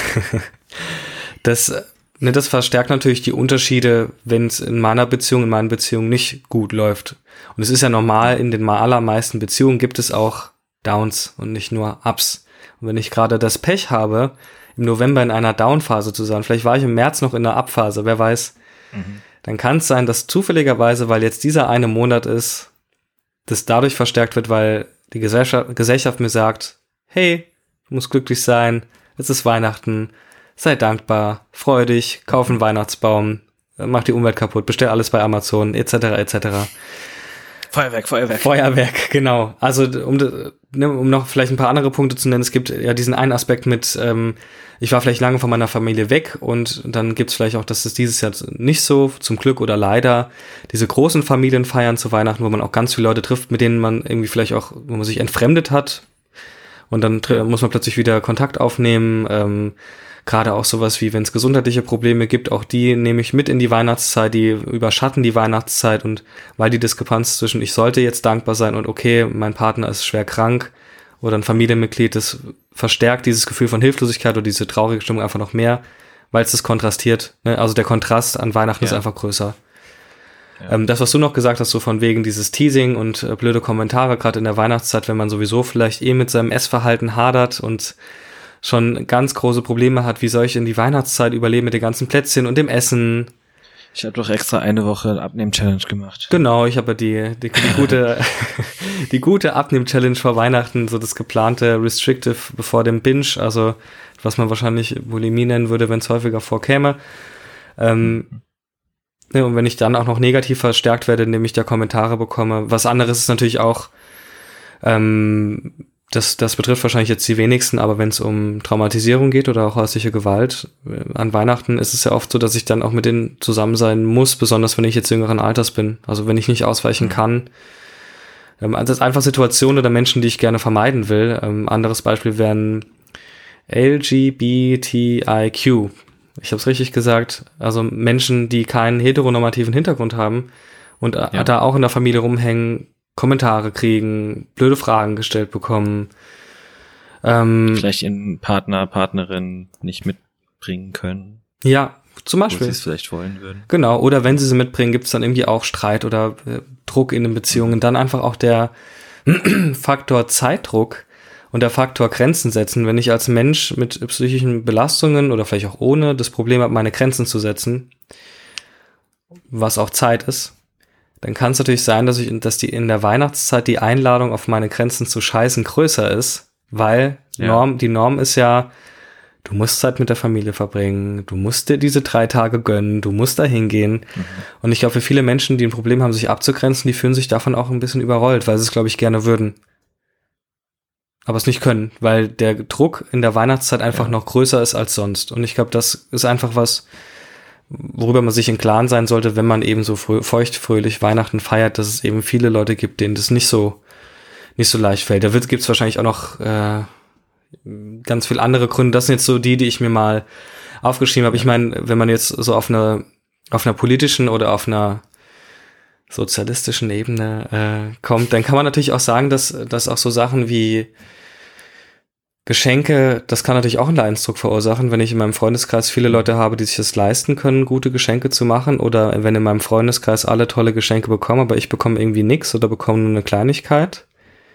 das, ne, das verstärkt natürlich die Unterschiede, wenn es in meiner Beziehung, in meinen Beziehungen nicht gut läuft. Und es ist ja normal, in den allermeisten Beziehungen gibt es auch Downs und nicht nur Ups. Und wenn ich gerade das Pech habe, im November in einer Down-Phase zu sein, vielleicht war ich im März noch in der Up-Phase, wer weiß, mhm. dann kann es sein, dass zufälligerweise, weil jetzt dieser eine Monat ist, das dadurch verstärkt wird, weil die Gesellschaft, Gesellschaft mir sagt, hey, du musst glücklich sein, es ist Weihnachten, sei dankbar, freu dich, kauf einen Weihnachtsbaum, mach die Umwelt kaputt, bestell alles bei Amazon, et cetera et cetera. Feuerwerk, Feuerwerk. Feuerwerk, genau. Also um, um noch vielleicht ein paar andere Punkte zu nennen, es gibt ja diesen einen Aspekt mit, ähm, ich war vielleicht lange von meiner Familie weg und dann gibt es vielleicht auch, dass es dieses Jahr nicht so, zum Glück oder leider, diese großen Familienfeiern zu Weihnachten, wo man auch ganz viele Leute trifft, mit denen man irgendwie vielleicht auch, wo man sich entfremdet hat und dann tr- muss man plötzlich wieder Kontakt aufnehmen, ähm, gerade auch sowas wie, wenn es gesundheitliche Probleme gibt, auch die nehme ich mit in die Weihnachtszeit, die überschatten die Weihnachtszeit, und weil die Diskrepanz zwischen ich sollte jetzt dankbar sein und okay, mein Partner ist schwer krank oder ein Familienmitglied, das verstärkt dieses Gefühl von Hilflosigkeit oder diese traurige Stimmung einfach noch mehr, weil es das kontrastiert. Ne? Also der Kontrast an Weihnachten ja. ist einfach größer. Ja. Ähm, das, was du noch gesagt hast, so von wegen dieses Teasing und äh, blöde Kommentare, gerade in der Weihnachtszeit, wenn man sowieso vielleicht eh mit seinem Essverhalten hadert und schon ganz große Probleme hat, wie soll ich in die Weihnachtszeit überleben mit den ganzen Plätzchen und dem Essen. Ich habe doch extra eine Woche Abnehm-Challenge gemacht. Genau, ich habe die, die, die gute die gute Abnehm-Challenge vor Weihnachten, so das geplante Restrictive bevor dem Binge, also was man wahrscheinlich Bulimie nennen würde, wenn es häufiger vorkäme. Ähm, ne, und wenn ich dann auch noch negativ verstärkt werde, indem ich da Kommentare bekomme. Was anderes ist natürlich auch, ähm, Das, das betrifft wahrscheinlich jetzt die wenigsten, aber wenn es um Traumatisierung geht oder auch häusliche Gewalt, an Weihnachten ist es ja oft so, dass ich dann auch mit denen zusammen sein muss, besonders wenn ich jetzt jüngeren Alters bin. Also wenn ich nicht ausweichen kann, Ähm, also das ist einfach Situationen oder Menschen, die ich gerne vermeiden will. Ähm, anderes Beispiel wären L G B T I Q. Ich habe es richtig gesagt. Also Menschen, die keinen heteronormativen Hintergrund haben und ja. da auch in der Familie rumhängen, Kommentare kriegen, blöde Fragen gestellt bekommen. Ähm, Vielleicht ihren Partner, Partnerin nicht mitbringen können. Ja, zum Beispiel. Wo sie es vielleicht wollen würden. Genau, oder wenn sie sie mitbringen, gibt es dann irgendwie auch Streit oder äh, Druck in den Beziehungen. Dann einfach auch der Faktor Zeitdruck und der Faktor Grenzen setzen. Wenn ich als Mensch mit psychischen Belastungen oder vielleicht auch ohne das Problem habe, meine Grenzen zu setzen, was auch Zeit ist, dann kann es natürlich sein, dass ich, dass die in der Weihnachtszeit die Einladung auf meine Grenzen zu scheißen größer ist, weil ja. Norm, die Norm ist ja, du musst Zeit mit der Familie verbringen, du musst dir diese drei Tage gönnen, du musst da hingehen. Mhm. Und ich glaube, für viele Menschen, die ein Problem haben, sich abzugrenzen, die fühlen sich davon auch ein bisschen überrollt, weil sie es, glaube ich, gerne würden. Aber es nicht können, weil der Druck in der Weihnachtszeit einfach ja. noch größer ist als sonst. Und ich glaube, das ist einfach was, worüber man sich im Klaren sein sollte, wenn man eben so frö- feuchtfröhlich Weihnachten feiert, dass es eben viele Leute gibt, denen das nicht so nicht so leicht fällt. Da gibt es wahrscheinlich auch noch äh, ganz viele andere Gründe. Das sind jetzt so die, die ich mir mal aufgeschrieben habe. Ja. Ich meine, wenn man jetzt so auf einer auf einer politischen oder auf einer sozialistischen Ebene äh, kommt, dann kann man natürlich auch sagen, dass, dass auch so Sachen wie Geschenke, das kann natürlich auch einen Leidensdruck verursachen, wenn ich in meinem Freundeskreis viele Leute habe, die sich das leisten können, gute Geschenke zu machen, oder wenn in meinem Freundeskreis alle tolle Geschenke bekommen, aber ich bekomme irgendwie nichts oder bekomme nur eine Kleinigkeit.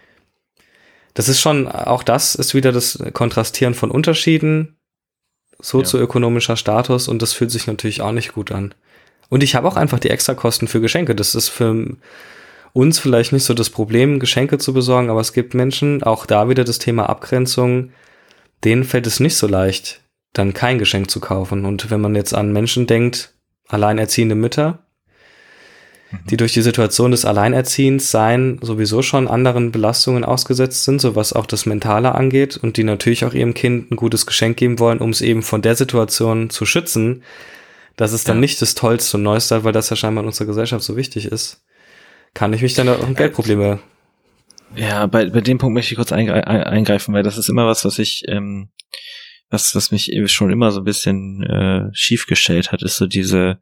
Das ist schon, auch das ist wieder das Kontrastieren von Unterschieden, sozioökonomischer Status, und das fühlt sich natürlich auch nicht gut an. Und ich habe auch einfach die Extrakosten für Geschenke. Das ist für uns vielleicht nicht so das Problem, Geschenke zu besorgen, aber es gibt Menschen, auch da wieder das Thema Abgrenzung, denen fällt es nicht so leicht, dann kein Geschenk zu kaufen. Und wenn man jetzt an Menschen denkt, alleinerziehende Mütter, mhm. die durch die Situation des Alleinerziehendsein sowieso schon anderen Belastungen ausgesetzt sind, so was auch das Mentale angeht, und die natürlich auch ihrem Kind ein gutes Geschenk geben wollen, um es eben von der Situation zu schützen, dass es dann ja. nicht das Tollste und Neueste hat, weil das ja scheinbar in unserer Gesellschaft so wichtig ist, kann ich mich dann auch um Geldprobleme... Ja, bei bei dem Punkt möchte ich kurz eingre- eingreifen, weil das ist immer was, was ich, ähm, was was mich schon immer so ein bisschen äh, schief gestellt hat, ist so diese,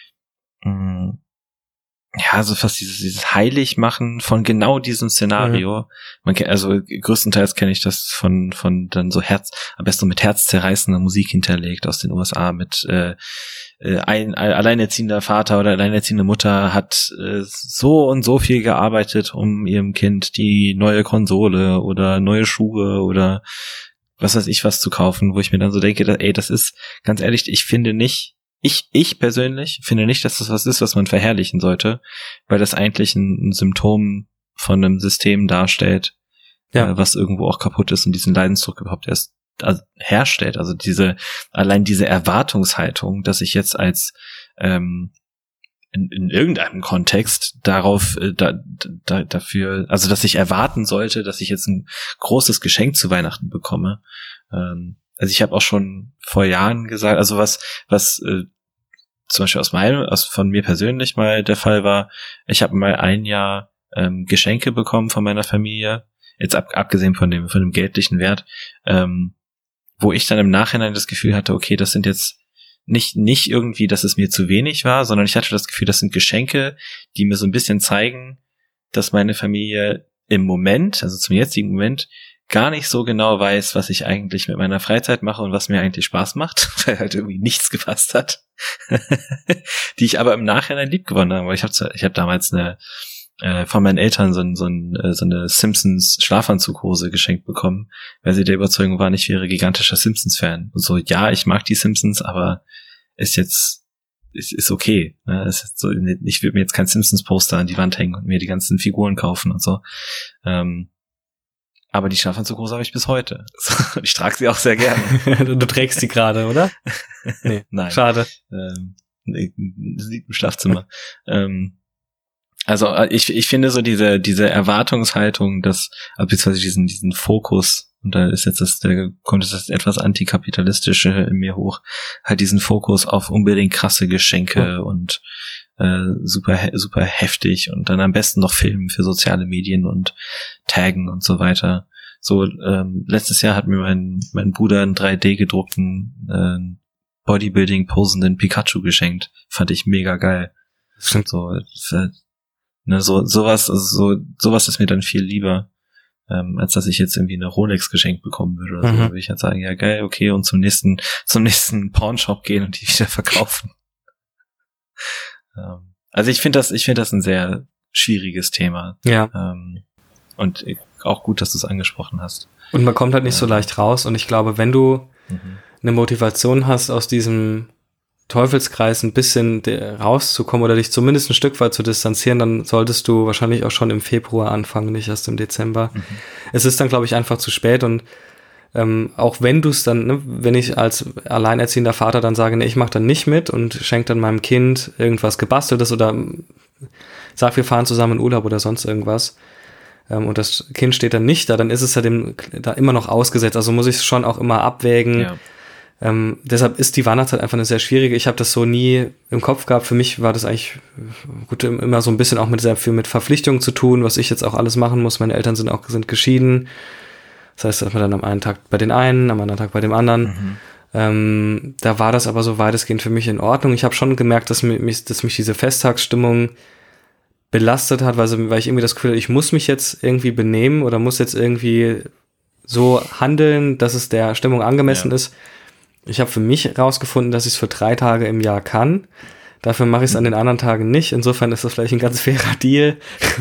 mh, ja, so fast dieses dieses Heiligmachen von genau diesem Szenario. Mhm. Man kennt, also größtenteils kenne ich das von von dann so Herz, am besten mit herzzerreißender Musik hinterlegt aus den U S A mit äh, ein alleinerziehender Vater oder alleinerziehende Mutter hat äh, so und so viel gearbeitet, um ihrem Kind die neue Konsole oder neue Schuhe oder was weiß ich was zu kaufen, wo ich mir dann so denke, ey, das ist, ganz ehrlich, ich finde nicht, ich ich persönlich finde nicht, dass das was ist, was man verherrlichen sollte, weil das eigentlich ein, ein Symptom von einem System darstellt, ja. äh, was irgendwo auch kaputt ist und diesen Leidensdruck überhaupt erst Also herstellt, also diese, allein diese Erwartungshaltung, dass ich jetzt als ähm, in, in irgendeinem Kontext darauf äh, da, da, dafür, also dass ich erwarten sollte, dass ich jetzt ein großes Geschenk zu Weihnachten bekomme. Ähm, also ich habe auch schon vor Jahren gesagt, also was was äh, zum Beispiel aus meinem, aus von mir persönlich mal der Fall war, ich habe mal ein Jahr ähm, Geschenke bekommen von meiner Familie, jetzt ab, abgesehen von dem von dem geldlichen Wert, ähm, wo ich dann im Nachhinein das Gefühl hatte, okay, das sind jetzt nicht nicht irgendwie, dass es mir zu wenig war, sondern ich hatte das Gefühl, das sind Geschenke, die mir so ein bisschen zeigen, dass meine Familie im Moment, also zum jetzigen Moment, gar nicht so genau weiß, was ich eigentlich mit meiner Freizeit mache und was mir eigentlich Spaß macht, weil halt irgendwie nichts gepasst hat, die ich aber im Nachhinein liebgewonnen habe. Weil ich habe ich hab damals eine äh, von meinen Eltern so, ein, so, ein, so eine Simpsons Schlafanzughose geschenkt bekommen, weil sie der Überzeugung waren, ich wäre gigantischer Simpsons-Fan. Und so, ja, ich mag die Simpsons, aber ist jetzt, ist, ist okay. Ne? Ist so, ich würde mir jetzt kein Simpsons-Poster an die Wand hängen und mir die ganzen Figuren kaufen und so. Ähm, aber die Schlafanzughose habe ich bis heute. Und ich trage sie auch sehr gerne. Du trägst sie gerade, oder? Nee, nein. Schade. Ähm, nee, das liegt im Schlafzimmer. ähm, Also ich ich finde so diese diese Erwartungshaltung, dass beziehungsweise diesen diesen Fokus, und da ist jetzt das der kommt das etwas antikapitalistische in mir hoch, halt diesen Fokus auf unbedingt krasse Geschenke ja. und äh, super super heftig und dann am besten noch filmen für soziale Medien und taggen und so weiter. So ähm, letztes Jahr hat mir mein mein Bruder einen drei D gedruckten äh, Bodybuilding posenden Pikachu geschenkt. Fand ich mega geil. Stimmt. So für, ne, so sowas also so sowas ist mir dann viel lieber, ähm, als dass ich jetzt irgendwie eine Rolex geschenkt bekommen würde oder so. Mhm. Da würde ich halt sagen, ja geil, okay, und zum nächsten zum nächsten Pawnshop gehen und die wieder verkaufen. ähm, also ich finde das ich finde das ein sehr schwieriges Thema. Ja. Ähm, und auch gut, dass du es angesprochen hast. Und man kommt halt nicht so leicht raus. Und ich glaube, wenn du Mhm. eine Motivation hast, aus diesem Teufelskreis ein bisschen de- rauszukommen oder dich zumindest ein Stück weit zu distanzieren, dann solltest du wahrscheinlich auch schon im Februar anfangen, nicht erst im Dezember. Mhm. Es ist dann, glaube ich, einfach zu spät und ähm, auch wenn du es dann, ne, wenn ich als alleinerziehender Vater dann sage, ne, ich mache dann nicht mit und schenke dann meinem Kind irgendwas Gebasteltes oder ähm, sag, wir fahren zusammen in Urlaub oder sonst irgendwas, ähm, und das Kind steht dann nicht da, dann ist es ja dem da immer noch ausgesetzt. Also muss ich es schon auch immer abwägen. Ja. Ähm, deshalb ist die Weihnachtszeit einfach eine sehr schwierige. Ich habe das so nie im Kopf gehabt. Für mich war das eigentlich gut immer so ein bisschen auch mit sehr viel mit Verpflichtungen zu tun, was ich jetzt auch alles machen muss. Meine Eltern sind auch sind geschieden. Das heißt, dass man dann am einen Tag bei den einen, am anderen Tag bei dem anderen. Mhm. Ähm, da war das aber so weitestgehend für mich in Ordnung. Ich habe schon gemerkt, dass mich, dass mich diese Festtagsstimmung belastet hat, weil, so, weil ich irgendwie das Gefühl hatte, ich muss mich jetzt irgendwie benehmen oder muss jetzt irgendwie so handeln, dass es der Stimmung angemessen Ja. ist. Ich habe für mich herausgefunden, dass ich es für drei Tage im Jahr kann. Dafür mache ich es an den anderen Tagen nicht. Insofern ist das vielleicht ein ganz fairer Deal.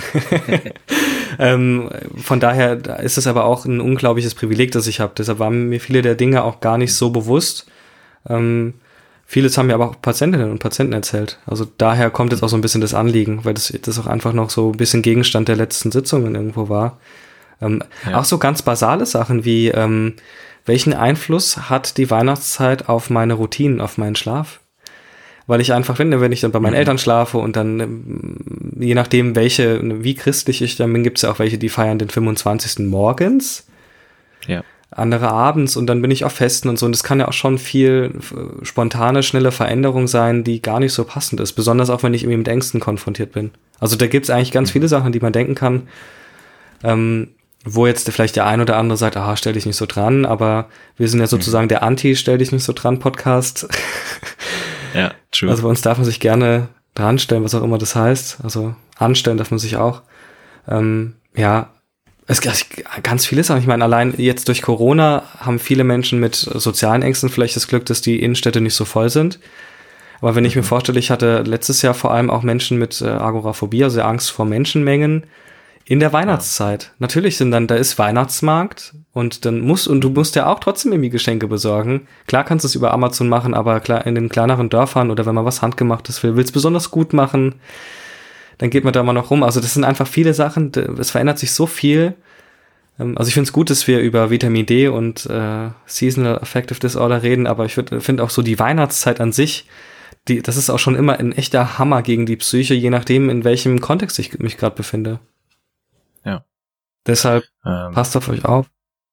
ähm, von daher ist es aber auch ein unglaubliches Privileg, das ich habe. Deshalb waren mir viele der Dinge auch gar nicht so bewusst. Ähm, vieles haben mir aber auch Patientinnen und Patienten erzählt. Also daher kommt jetzt auch so ein bisschen das Anliegen, weil das, das auch einfach noch so ein bisschen Gegenstand der letzten Sitzungen irgendwo war. Ähm, Ja. Auch so ganz basale Sachen wie, ähm, welchen Einfluss hat die Weihnachtszeit auf meine Routinen, auf meinen Schlaf? Weil ich einfach finde, wenn ich dann bei meinen Mhm. Eltern schlafe und dann, ähm, je nachdem, welche, wie christlich ich dann bin, gibt es ja auch welche, die feiern den fünfundzwanzigsten morgens, Ja. andere abends und dann bin ich auf Festen und so. Und das kann ja auch schon viel äh, spontane, schnelle Veränderung sein, die gar nicht so passend ist. Besonders auch, wenn ich irgendwie mit Ängsten konfrontiert bin. Also da gibt es eigentlich ganz viele Sachen, die man denken kann, ähm, wo jetzt vielleicht der ein oder andere sagt, ah, stell dich nicht so dran, aber wir sind ja sozusagen der Anti-Stell dich nicht so dran Podcast. Ja, true. Also bei uns darf man sich gerne dran stellen, was auch immer das heißt. Also anstellen darf man sich auch. Ähm, ja, es gibt ganz viele Sachen. Ich meine, allein jetzt durch Corona haben viele Menschen mit sozialen Ängsten vielleicht das Glück, dass die Innenstädte nicht so voll sind. Aber wenn ich mir vorstelle, ich hatte letztes Jahr vor allem auch Menschen mit äh, Agoraphobie, also Angst vor Menschenmengen, in der Weihnachtszeit. Ja. Natürlich sind dann, da ist Weihnachtsmarkt und dann musst, und du musst ja auch trotzdem irgendwie Geschenke besorgen. Klar kannst du es über Amazon machen, aber klar in den kleineren Dörfern oder wenn man was Handgemachtes will, will es besonders gut machen, dann geht man da mal noch rum. Also das sind einfach viele Sachen, es verändert sich so viel. Also ich finde es gut, dass wir über Vitamin D und äh, Seasonal Affective Disorder reden, aber ich finde auch so die Weihnachtszeit an sich, die, das ist auch schon immer ein echter Hammer gegen die Psyche, je nachdem, in welchem Kontext ich mich gerade befinde. Ja. Deshalb Ähm, passt auf euch auf.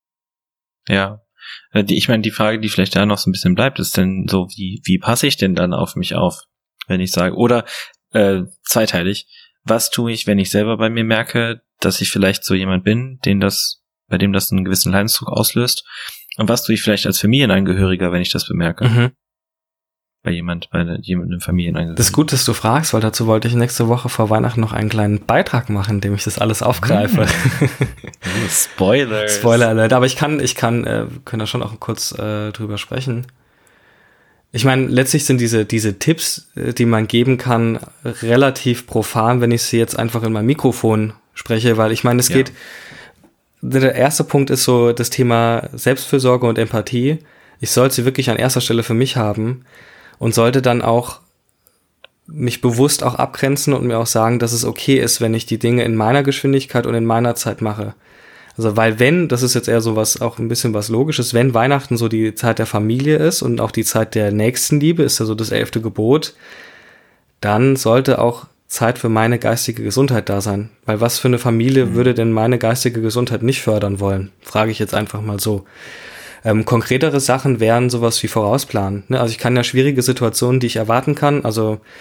Ja. Äh, Die, ich meine, die Frage, die vielleicht da noch so ein bisschen bleibt, ist denn so, wie, wie passe ich denn dann auf mich auf, wenn ich sage, oder äh, zweiteilig, was tue ich, wenn ich selber bei mir merke, dass ich vielleicht so jemand bin, den das, bei dem das einen gewissen Leidensdruck auslöst, und was tue ich vielleicht als Familienangehöriger, wenn ich das bemerke? Mhm. Bei jemand, bei jemandem Familienangehörigen. Das ist gut, dass du fragst, weil dazu wollte ich nächste Woche vor Weihnachten noch einen kleinen Beitrag machen, in dem ich das alles aufgreife. Mm. Spoilers. Spoiler Alert. Aber ich kann, ich kann, äh, können da schon auch kurz äh, drüber sprechen. Ich meine, letztlich sind diese, diese Tipps, äh, die man geben kann, relativ profan, wenn ich sie jetzt einfach in mein Mikrofon spreche, weil ich meine, es Ja. geht, der erste Punkt ist so das Thema Selbstfürsorge und Empathie. Ich sollte sie wirklich an erster Stelle für mich haben und sollte dann auch mich bewusst auch abgrenzen und mir auch sagen, dass es okay ist, wenn ich die Dinge in meiner Geschwindigkeit und in meiner Zeit mache. Also weil wenn, das ist jetzt eher so was, auch ein bisschen was Logisches, wenn Weihnachten so die Zeit der Familie ist und auch die Zeit der Nächstenliebe, ist ja so das elfte Gebot, dann sollte auch Zeit für meine geistige Gesundheit da sein. Weil was für eine Familie mhm. würde denn meine geistige Gesundheit nicht fördern wollen? Frage ich jetzt einfach mal so. Ähm, konkretere Sachen wären sowas wie Vorausplanen. Ne? Also ich kann ja schwierige Situationen, die ich erwarten kann, also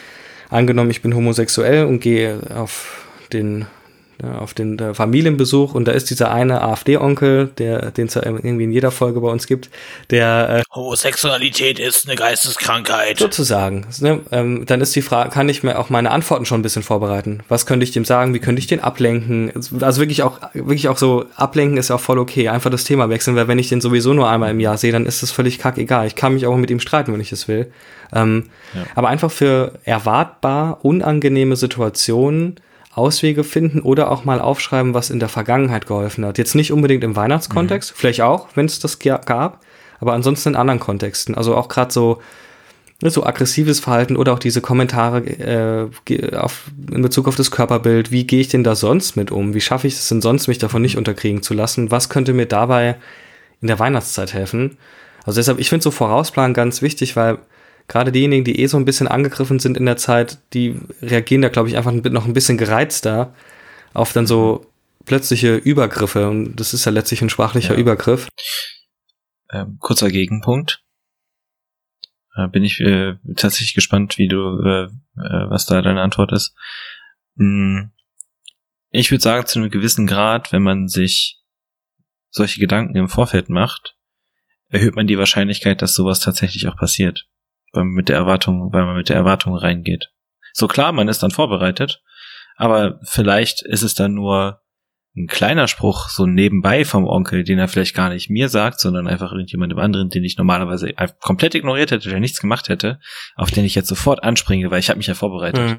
angenommen, ich bin homosexuell und gehe auf den Ja, auf den äh, Familienbesuch und da ist dieser eine AfD-Onkel, der, den es ja irgendwie in jeder Folge bei uns gibt, der äh, Homosexualität ist eine Geisteskrankheit. Sozusagen. Ne? Ähm, dann ist die Frage, kann ich mir auch meine Antworten schon ein bisschen vorbereiten? Was könnte ich dem sagen? Wie könnte ich den ablenken? Also wirklich auch, wirklich auch so, ablenken ist ja auch voll okay. Einfach das Thema wechseln, weil wenn ich den sowieso nur einmal im Jahr sehe, dann ist das völlig kackegal. Ich kann mich auch mit ihm streiten, wenn ich es will. Ähm, ja. Aber einfach für erwartbar unangenehme Situationen Auswege finden oder auch mal aufschreiben, was in der Vergangenheit geholfen hat. Jetzt nicht unbedingt im Weihnachtskontext, mhm. vielleicht auch, wenn es das gab, aber ansonsten in anderen Kontexten. Also auch gerade so, so aggressives Verhalten oder auch diese Kommentare äh, auf, in Bezug auf das Körperbild. Wie gehe ich denn da sonst mit um? Wie schaffe ich es denn sonst, mich davon nicht unterkriegen zu lassen? Was könnte mir dabei in der Weihnachtszeit helfen? Also deshalb, ich finde so Vorausplanen ganz wichtig, weil gerade diejenigen, die eh so ein bisschen angegriffen sind in der Zeit, die reagieren da, glaube ich, einfach noch ein bisschen gereizter auf dann so plötzliche Übergriffe. Und das ist ja letztlich ein sprachlicher ja. Übergriff. Ähm, kurzer Gegenpunkt. Äh, bin ich äh, tatsächlich gespannt, wie du, äh, äh, was da deine Antwort ist. Hm. Ich würde sagen, zu einem gewissen Grad, wenn man sich solche Gedanken im Vorfeld macht, erhöht man die Wahrscheinlichkeit, dass sowas tatsächlich auch passiert. Weil man mit der Erwartung, weil man mit der Erwartung reingeht. So klar, man ist dann vorbereitet, aber vielleicht ist es dann nur ein kleiner Spruch, so nebenbei vom Onkel, den er vielleicht gar nicht mir sagt, sondern einfach irgendjemandem anderen, den ich normalerweise komplett ignoriert hätte, der nichts gemacht hätte, auf den ich jetzt sofort anspringe, weil ich habe mich ja vorbereitet.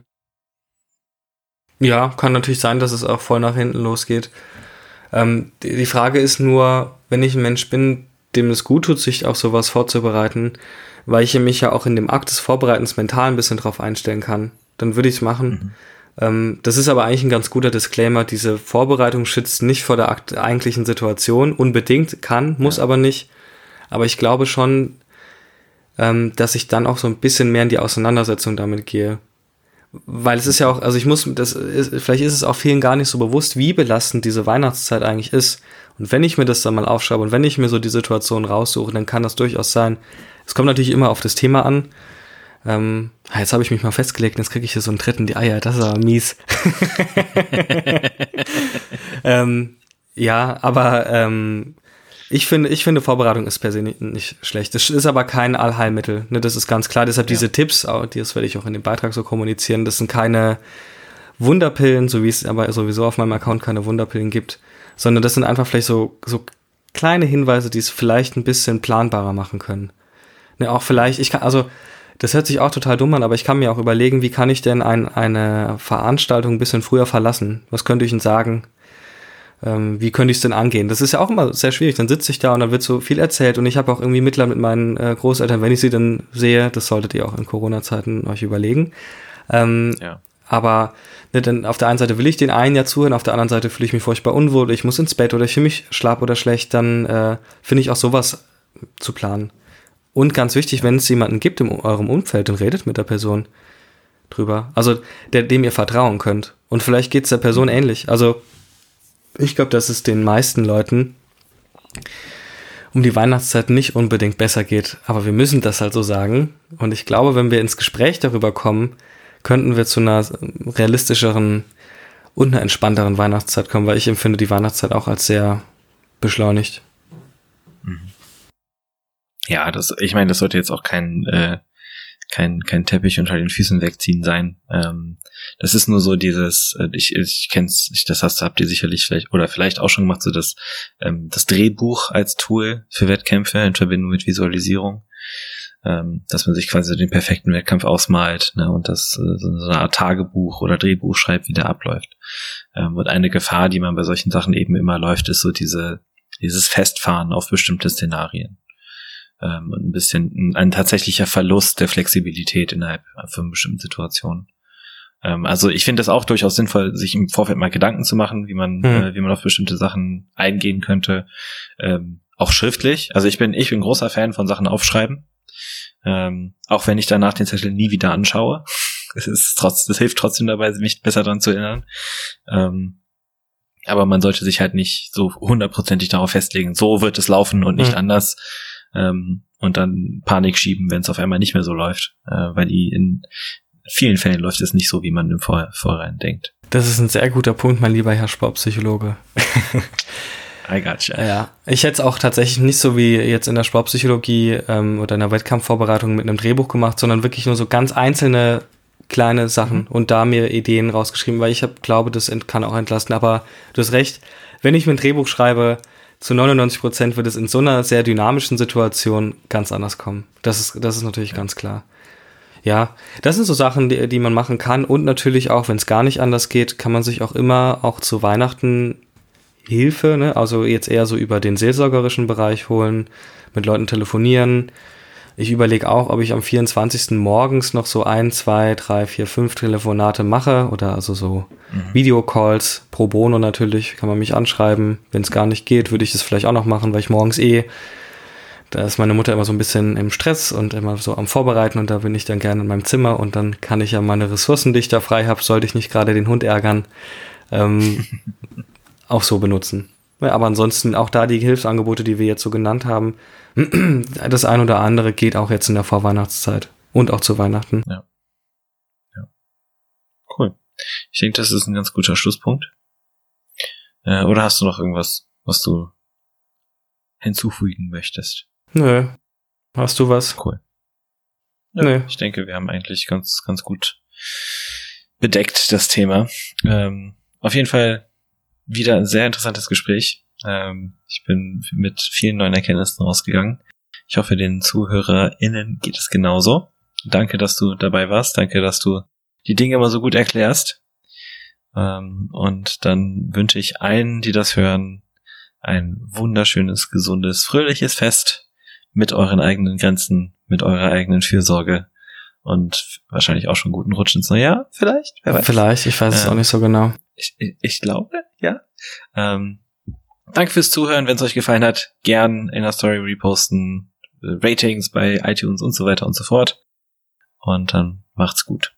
Ja, kann natürlich sein, dass es auch voll nach hinten losgeht. Ähm, die, die Frage ist nur, wenn ich ein Mensch bin, dem es gut tut, sich auf sowas vorzubereiten, weil ich mich ja auch in dem Akt des Vorbereitens mental ein bisschen drauf einstellen kann, dann würde ich es machen. Mhm. Ähm, das ist aber eigentlich ein ganz guter Disclaimer. Diese Vorbereitung schützt nicht vor der akt- eigentlichen Situation. Unbedingt kann, muss ja. aber nicht. Aber ich glaube schon, ähm, dass ich dann auch so ein bisschen mehr in die Auseinandersetzung damit gehe. Weil es ist ja auch, also ich muss, das ist, vielleicht ist es auch vielen gar nicht so bewusst, wie belastend diese Weihnachtszeit eigentlich ist. Und wenn ich mir das dann mal aufschreibe und wenn ich mir so die Situation raussuche, dann kann das durchaus sein. Es kommt natürlich immer auf das Thema an. Ähm, jetzt habe ich mich mal festgelegt, jetzt kriege ich hier so einen Tritt in die Eier, das ist aber mies. ähm, ja, aber ähm, ich finde, ich finde Vorbereitung ist per se nicht, nicht schlecht. Das ist aber kein Allheilmittel, ne, das ist ganz klar. Deshalb ja. diese Tipps, das werde ich auch in dem Beitrag so kommunizieren, das sind keine Wunderpillen, so wie es aber sowieso auf meinem Account keine Wunderpillen gibt, sondern das sind einfach vielleicht so, so kleine Hinweise, die es vielleicht ein bisschen planbarer machen können. Ne, auch vielleicht, ich kann, also das hört sich auch total dumm an, aber ich kann mir auch überlegen, wie kann ich denn ein, eine Veranstaltung ein bisschen früher verlassen? Was könnte ich denn sagen? Ähm, wie könnte ich es denn angehen? Das ist ja auch immer sehr schwierig. Dann sitze ich da und dann wird so viel erzählt und ich habe auch irgendwie Mitleid mit meinen äh, Großeltern, wenn ich sie dann sehe. Das solltet ihr auch in Corona-Zeiten euch überlegen. Ähm, ja. Aber ne, denn auf der einen Seite will ich den einen ja zuhören, auf der anderen Seite fühle ich mich furchtbar unwohl, ich muss ins Bett oder ich fühle mich schlapp oder schlecht, dann äh, finde ich auch sowas zu planen. Und ganz wichtig, wenn es jemanden gibt in eurem Umfeld, dann redet mit der Person drüber. Also der, dem ihr vertrauen könnt. Und vielleicht geht es der Person ähnlich. Also ich glaube, dass es den meisten Leuten um die Weihnachtszeit nicht unbedingt besser geht. Aber wir müssen das halt so sagen. Und ich glaube, wenn wir ins Gespräch darüber kommen, könnten wir zu einer realistischeren und einer entspannteren Weihnachtszeit kommen, weil ich empfinde die Weihnachtszeit auch als sehr beschleunigt. Mhm. Ja, das, ich meine, das sollte jetzt auch kein, äh, kein, kein Teppich unter den Füßen wegziehen sein. Ähm, das ist nur so dieses, äh, ich, ich kenn's, ich, das hast, habt ihr sicherlich vielleicht, oder vielleicht auch schon gemacht, so das, ähm, das Drehbuch als Tool für Wettkämpfe in Verbindung mit Visualisierung. Ähm, dass man sich quasi den perfekten Wettkampf ausmalt, ne, und das, äh, so eine Art Tagebuch oder Drehbuch schreibt, wie der abläuft. Ähm, und eine Gefahr, die man bei solchen Sachen eben immer läuft, ist so diese, dieses Festfahren auf bestimmte Szenarien. Ähm, und ein bisschen ein, ein tatsächlicher Verlust der Flexibilität innerhalb von bestimmten Situationen. Ähm, also ich finde das auch durchaus sinnvoll, sich im Vorfeld mal Gedanken zu machen, wie man, mhm. äh, wie man auf bestimmte Sachen eingehen könnte. Ähm, auch schriftlich. Also ich bin, ich bin großer Fan von Sachen aufschreiben. Ähm, auch wenn ich danach den Zettel nie wieder anschaue. Es ist trotz, das hilft trotzdem dabei, mich besser daran zu erinnern. Ähm, aber man sollte sich halt nicht so hundertprozentig darauf festlegen, so wird es laufen und nicht mhm. anders. Ähm, und dann Panik schieben, wenn es auf einmal nicht mehr so läuft, äh, weil die in vielen Fällen läuft es nicht so, wie man im Vor- Vorhinein denkt. Das ist ein sehr guter Punkt, mein lieber Herr Sportpsychologe. I gotcha. Ja, ich hätte es auch tatsächlich nicht so wie jetzt in der Sportpsychologie ähm, oder in der Wettkampfvorbereitung mit einem Drehbuch gemacht, sondern wirklich nur so ganz einzelne kleine Sachen mhm. und da mir Ideen rausgeschrieben, weil ich hab, glaube, das ent- kann auch entlasten. Aber du hast recht, wenn ich mir ein Drehbuch schreibe, zu neunundneunzig Prozent wird es in so einer sehr dynamischen Situation ganz anders kommen. Das ist, das ist natürlich ja. ganz klar. Ja, das sind so Sachen, die, die man machen kann und natürlich auch, wenn es gar nicht anders geht, kann man sich auch immer auch zu Weihnachten Hilfe, ne? Also jetzt eher so über den seelsorgerischen Bereich holen, mit Leuten telefonieren. Ich überlege auch, ob ich am vierundzwanzigsten morgens noch so ein, zwei, drei, vier, fünf Telefonate mache oder also so mhm. Videocalls pro bono natürlich, kann man mich anschreiben. Wenn es gar nicht geht, würde ich es vielleicht auch noch machen, weil ich morgens eh, da ist meine Mutter immer so ein bisschen im Stress und immer so am Vorbereiten und da bin ich dann gerne in meinem Zimmer und dann kann ich ja meine Ressourcen, die ich da frei habe, sollte ich nicht gerade den Hund ärgern, ähm, auch so benutzen. Ja, aber ansonsten auch da die Hilfsangebote, die wir jetzt so genannt haben, das ein oder andere geht auch jetzt in der Vorweihnachtszeit und auch zu Weihnachten. Ja. Ja. Cool. Ich denke, das ist ein ganz guter Schlusspunkt. Äh, oder hast du noch irgendwas, was du hinzufügen möchtest? Nö. Hast du was? Cool. Ja, Nö. Ich denke, wir haben eigentlich ganz, ganz gut bedeckt das Thema. Ähm, auf jeden Fall wieder ein sehr interessantes Gespräch. Ähm, ich bin mit vielen neuen Erkenntnissen rausgegangen. Ich hoffe, den ZuhörerInnen geht es genauso. Danke, dass du dabei warst. Danke, dass du die Dinge immer so gut erklärst. Ähm, und dann wünsche ich allen, die das hören, ein wunderschönes, gesundes, fröhliches Fest mit euren eigenen Grenzen, mit eurer eigenen Fürsorge und wahrscheinlich auch schon guten Rutsch ins neue Jahr. Vielleicht? Wer weiß. Vielleicht, ich weiß ähm, es auch nicht so genau. Ich, ich, ich glaube, ja. Ähm, danke fürs Zuhören. Wenn es euch gefallen hat, gern in der Story reposten, Ratings bei iTunes und so weiter und so fort. Und dann macht's gut.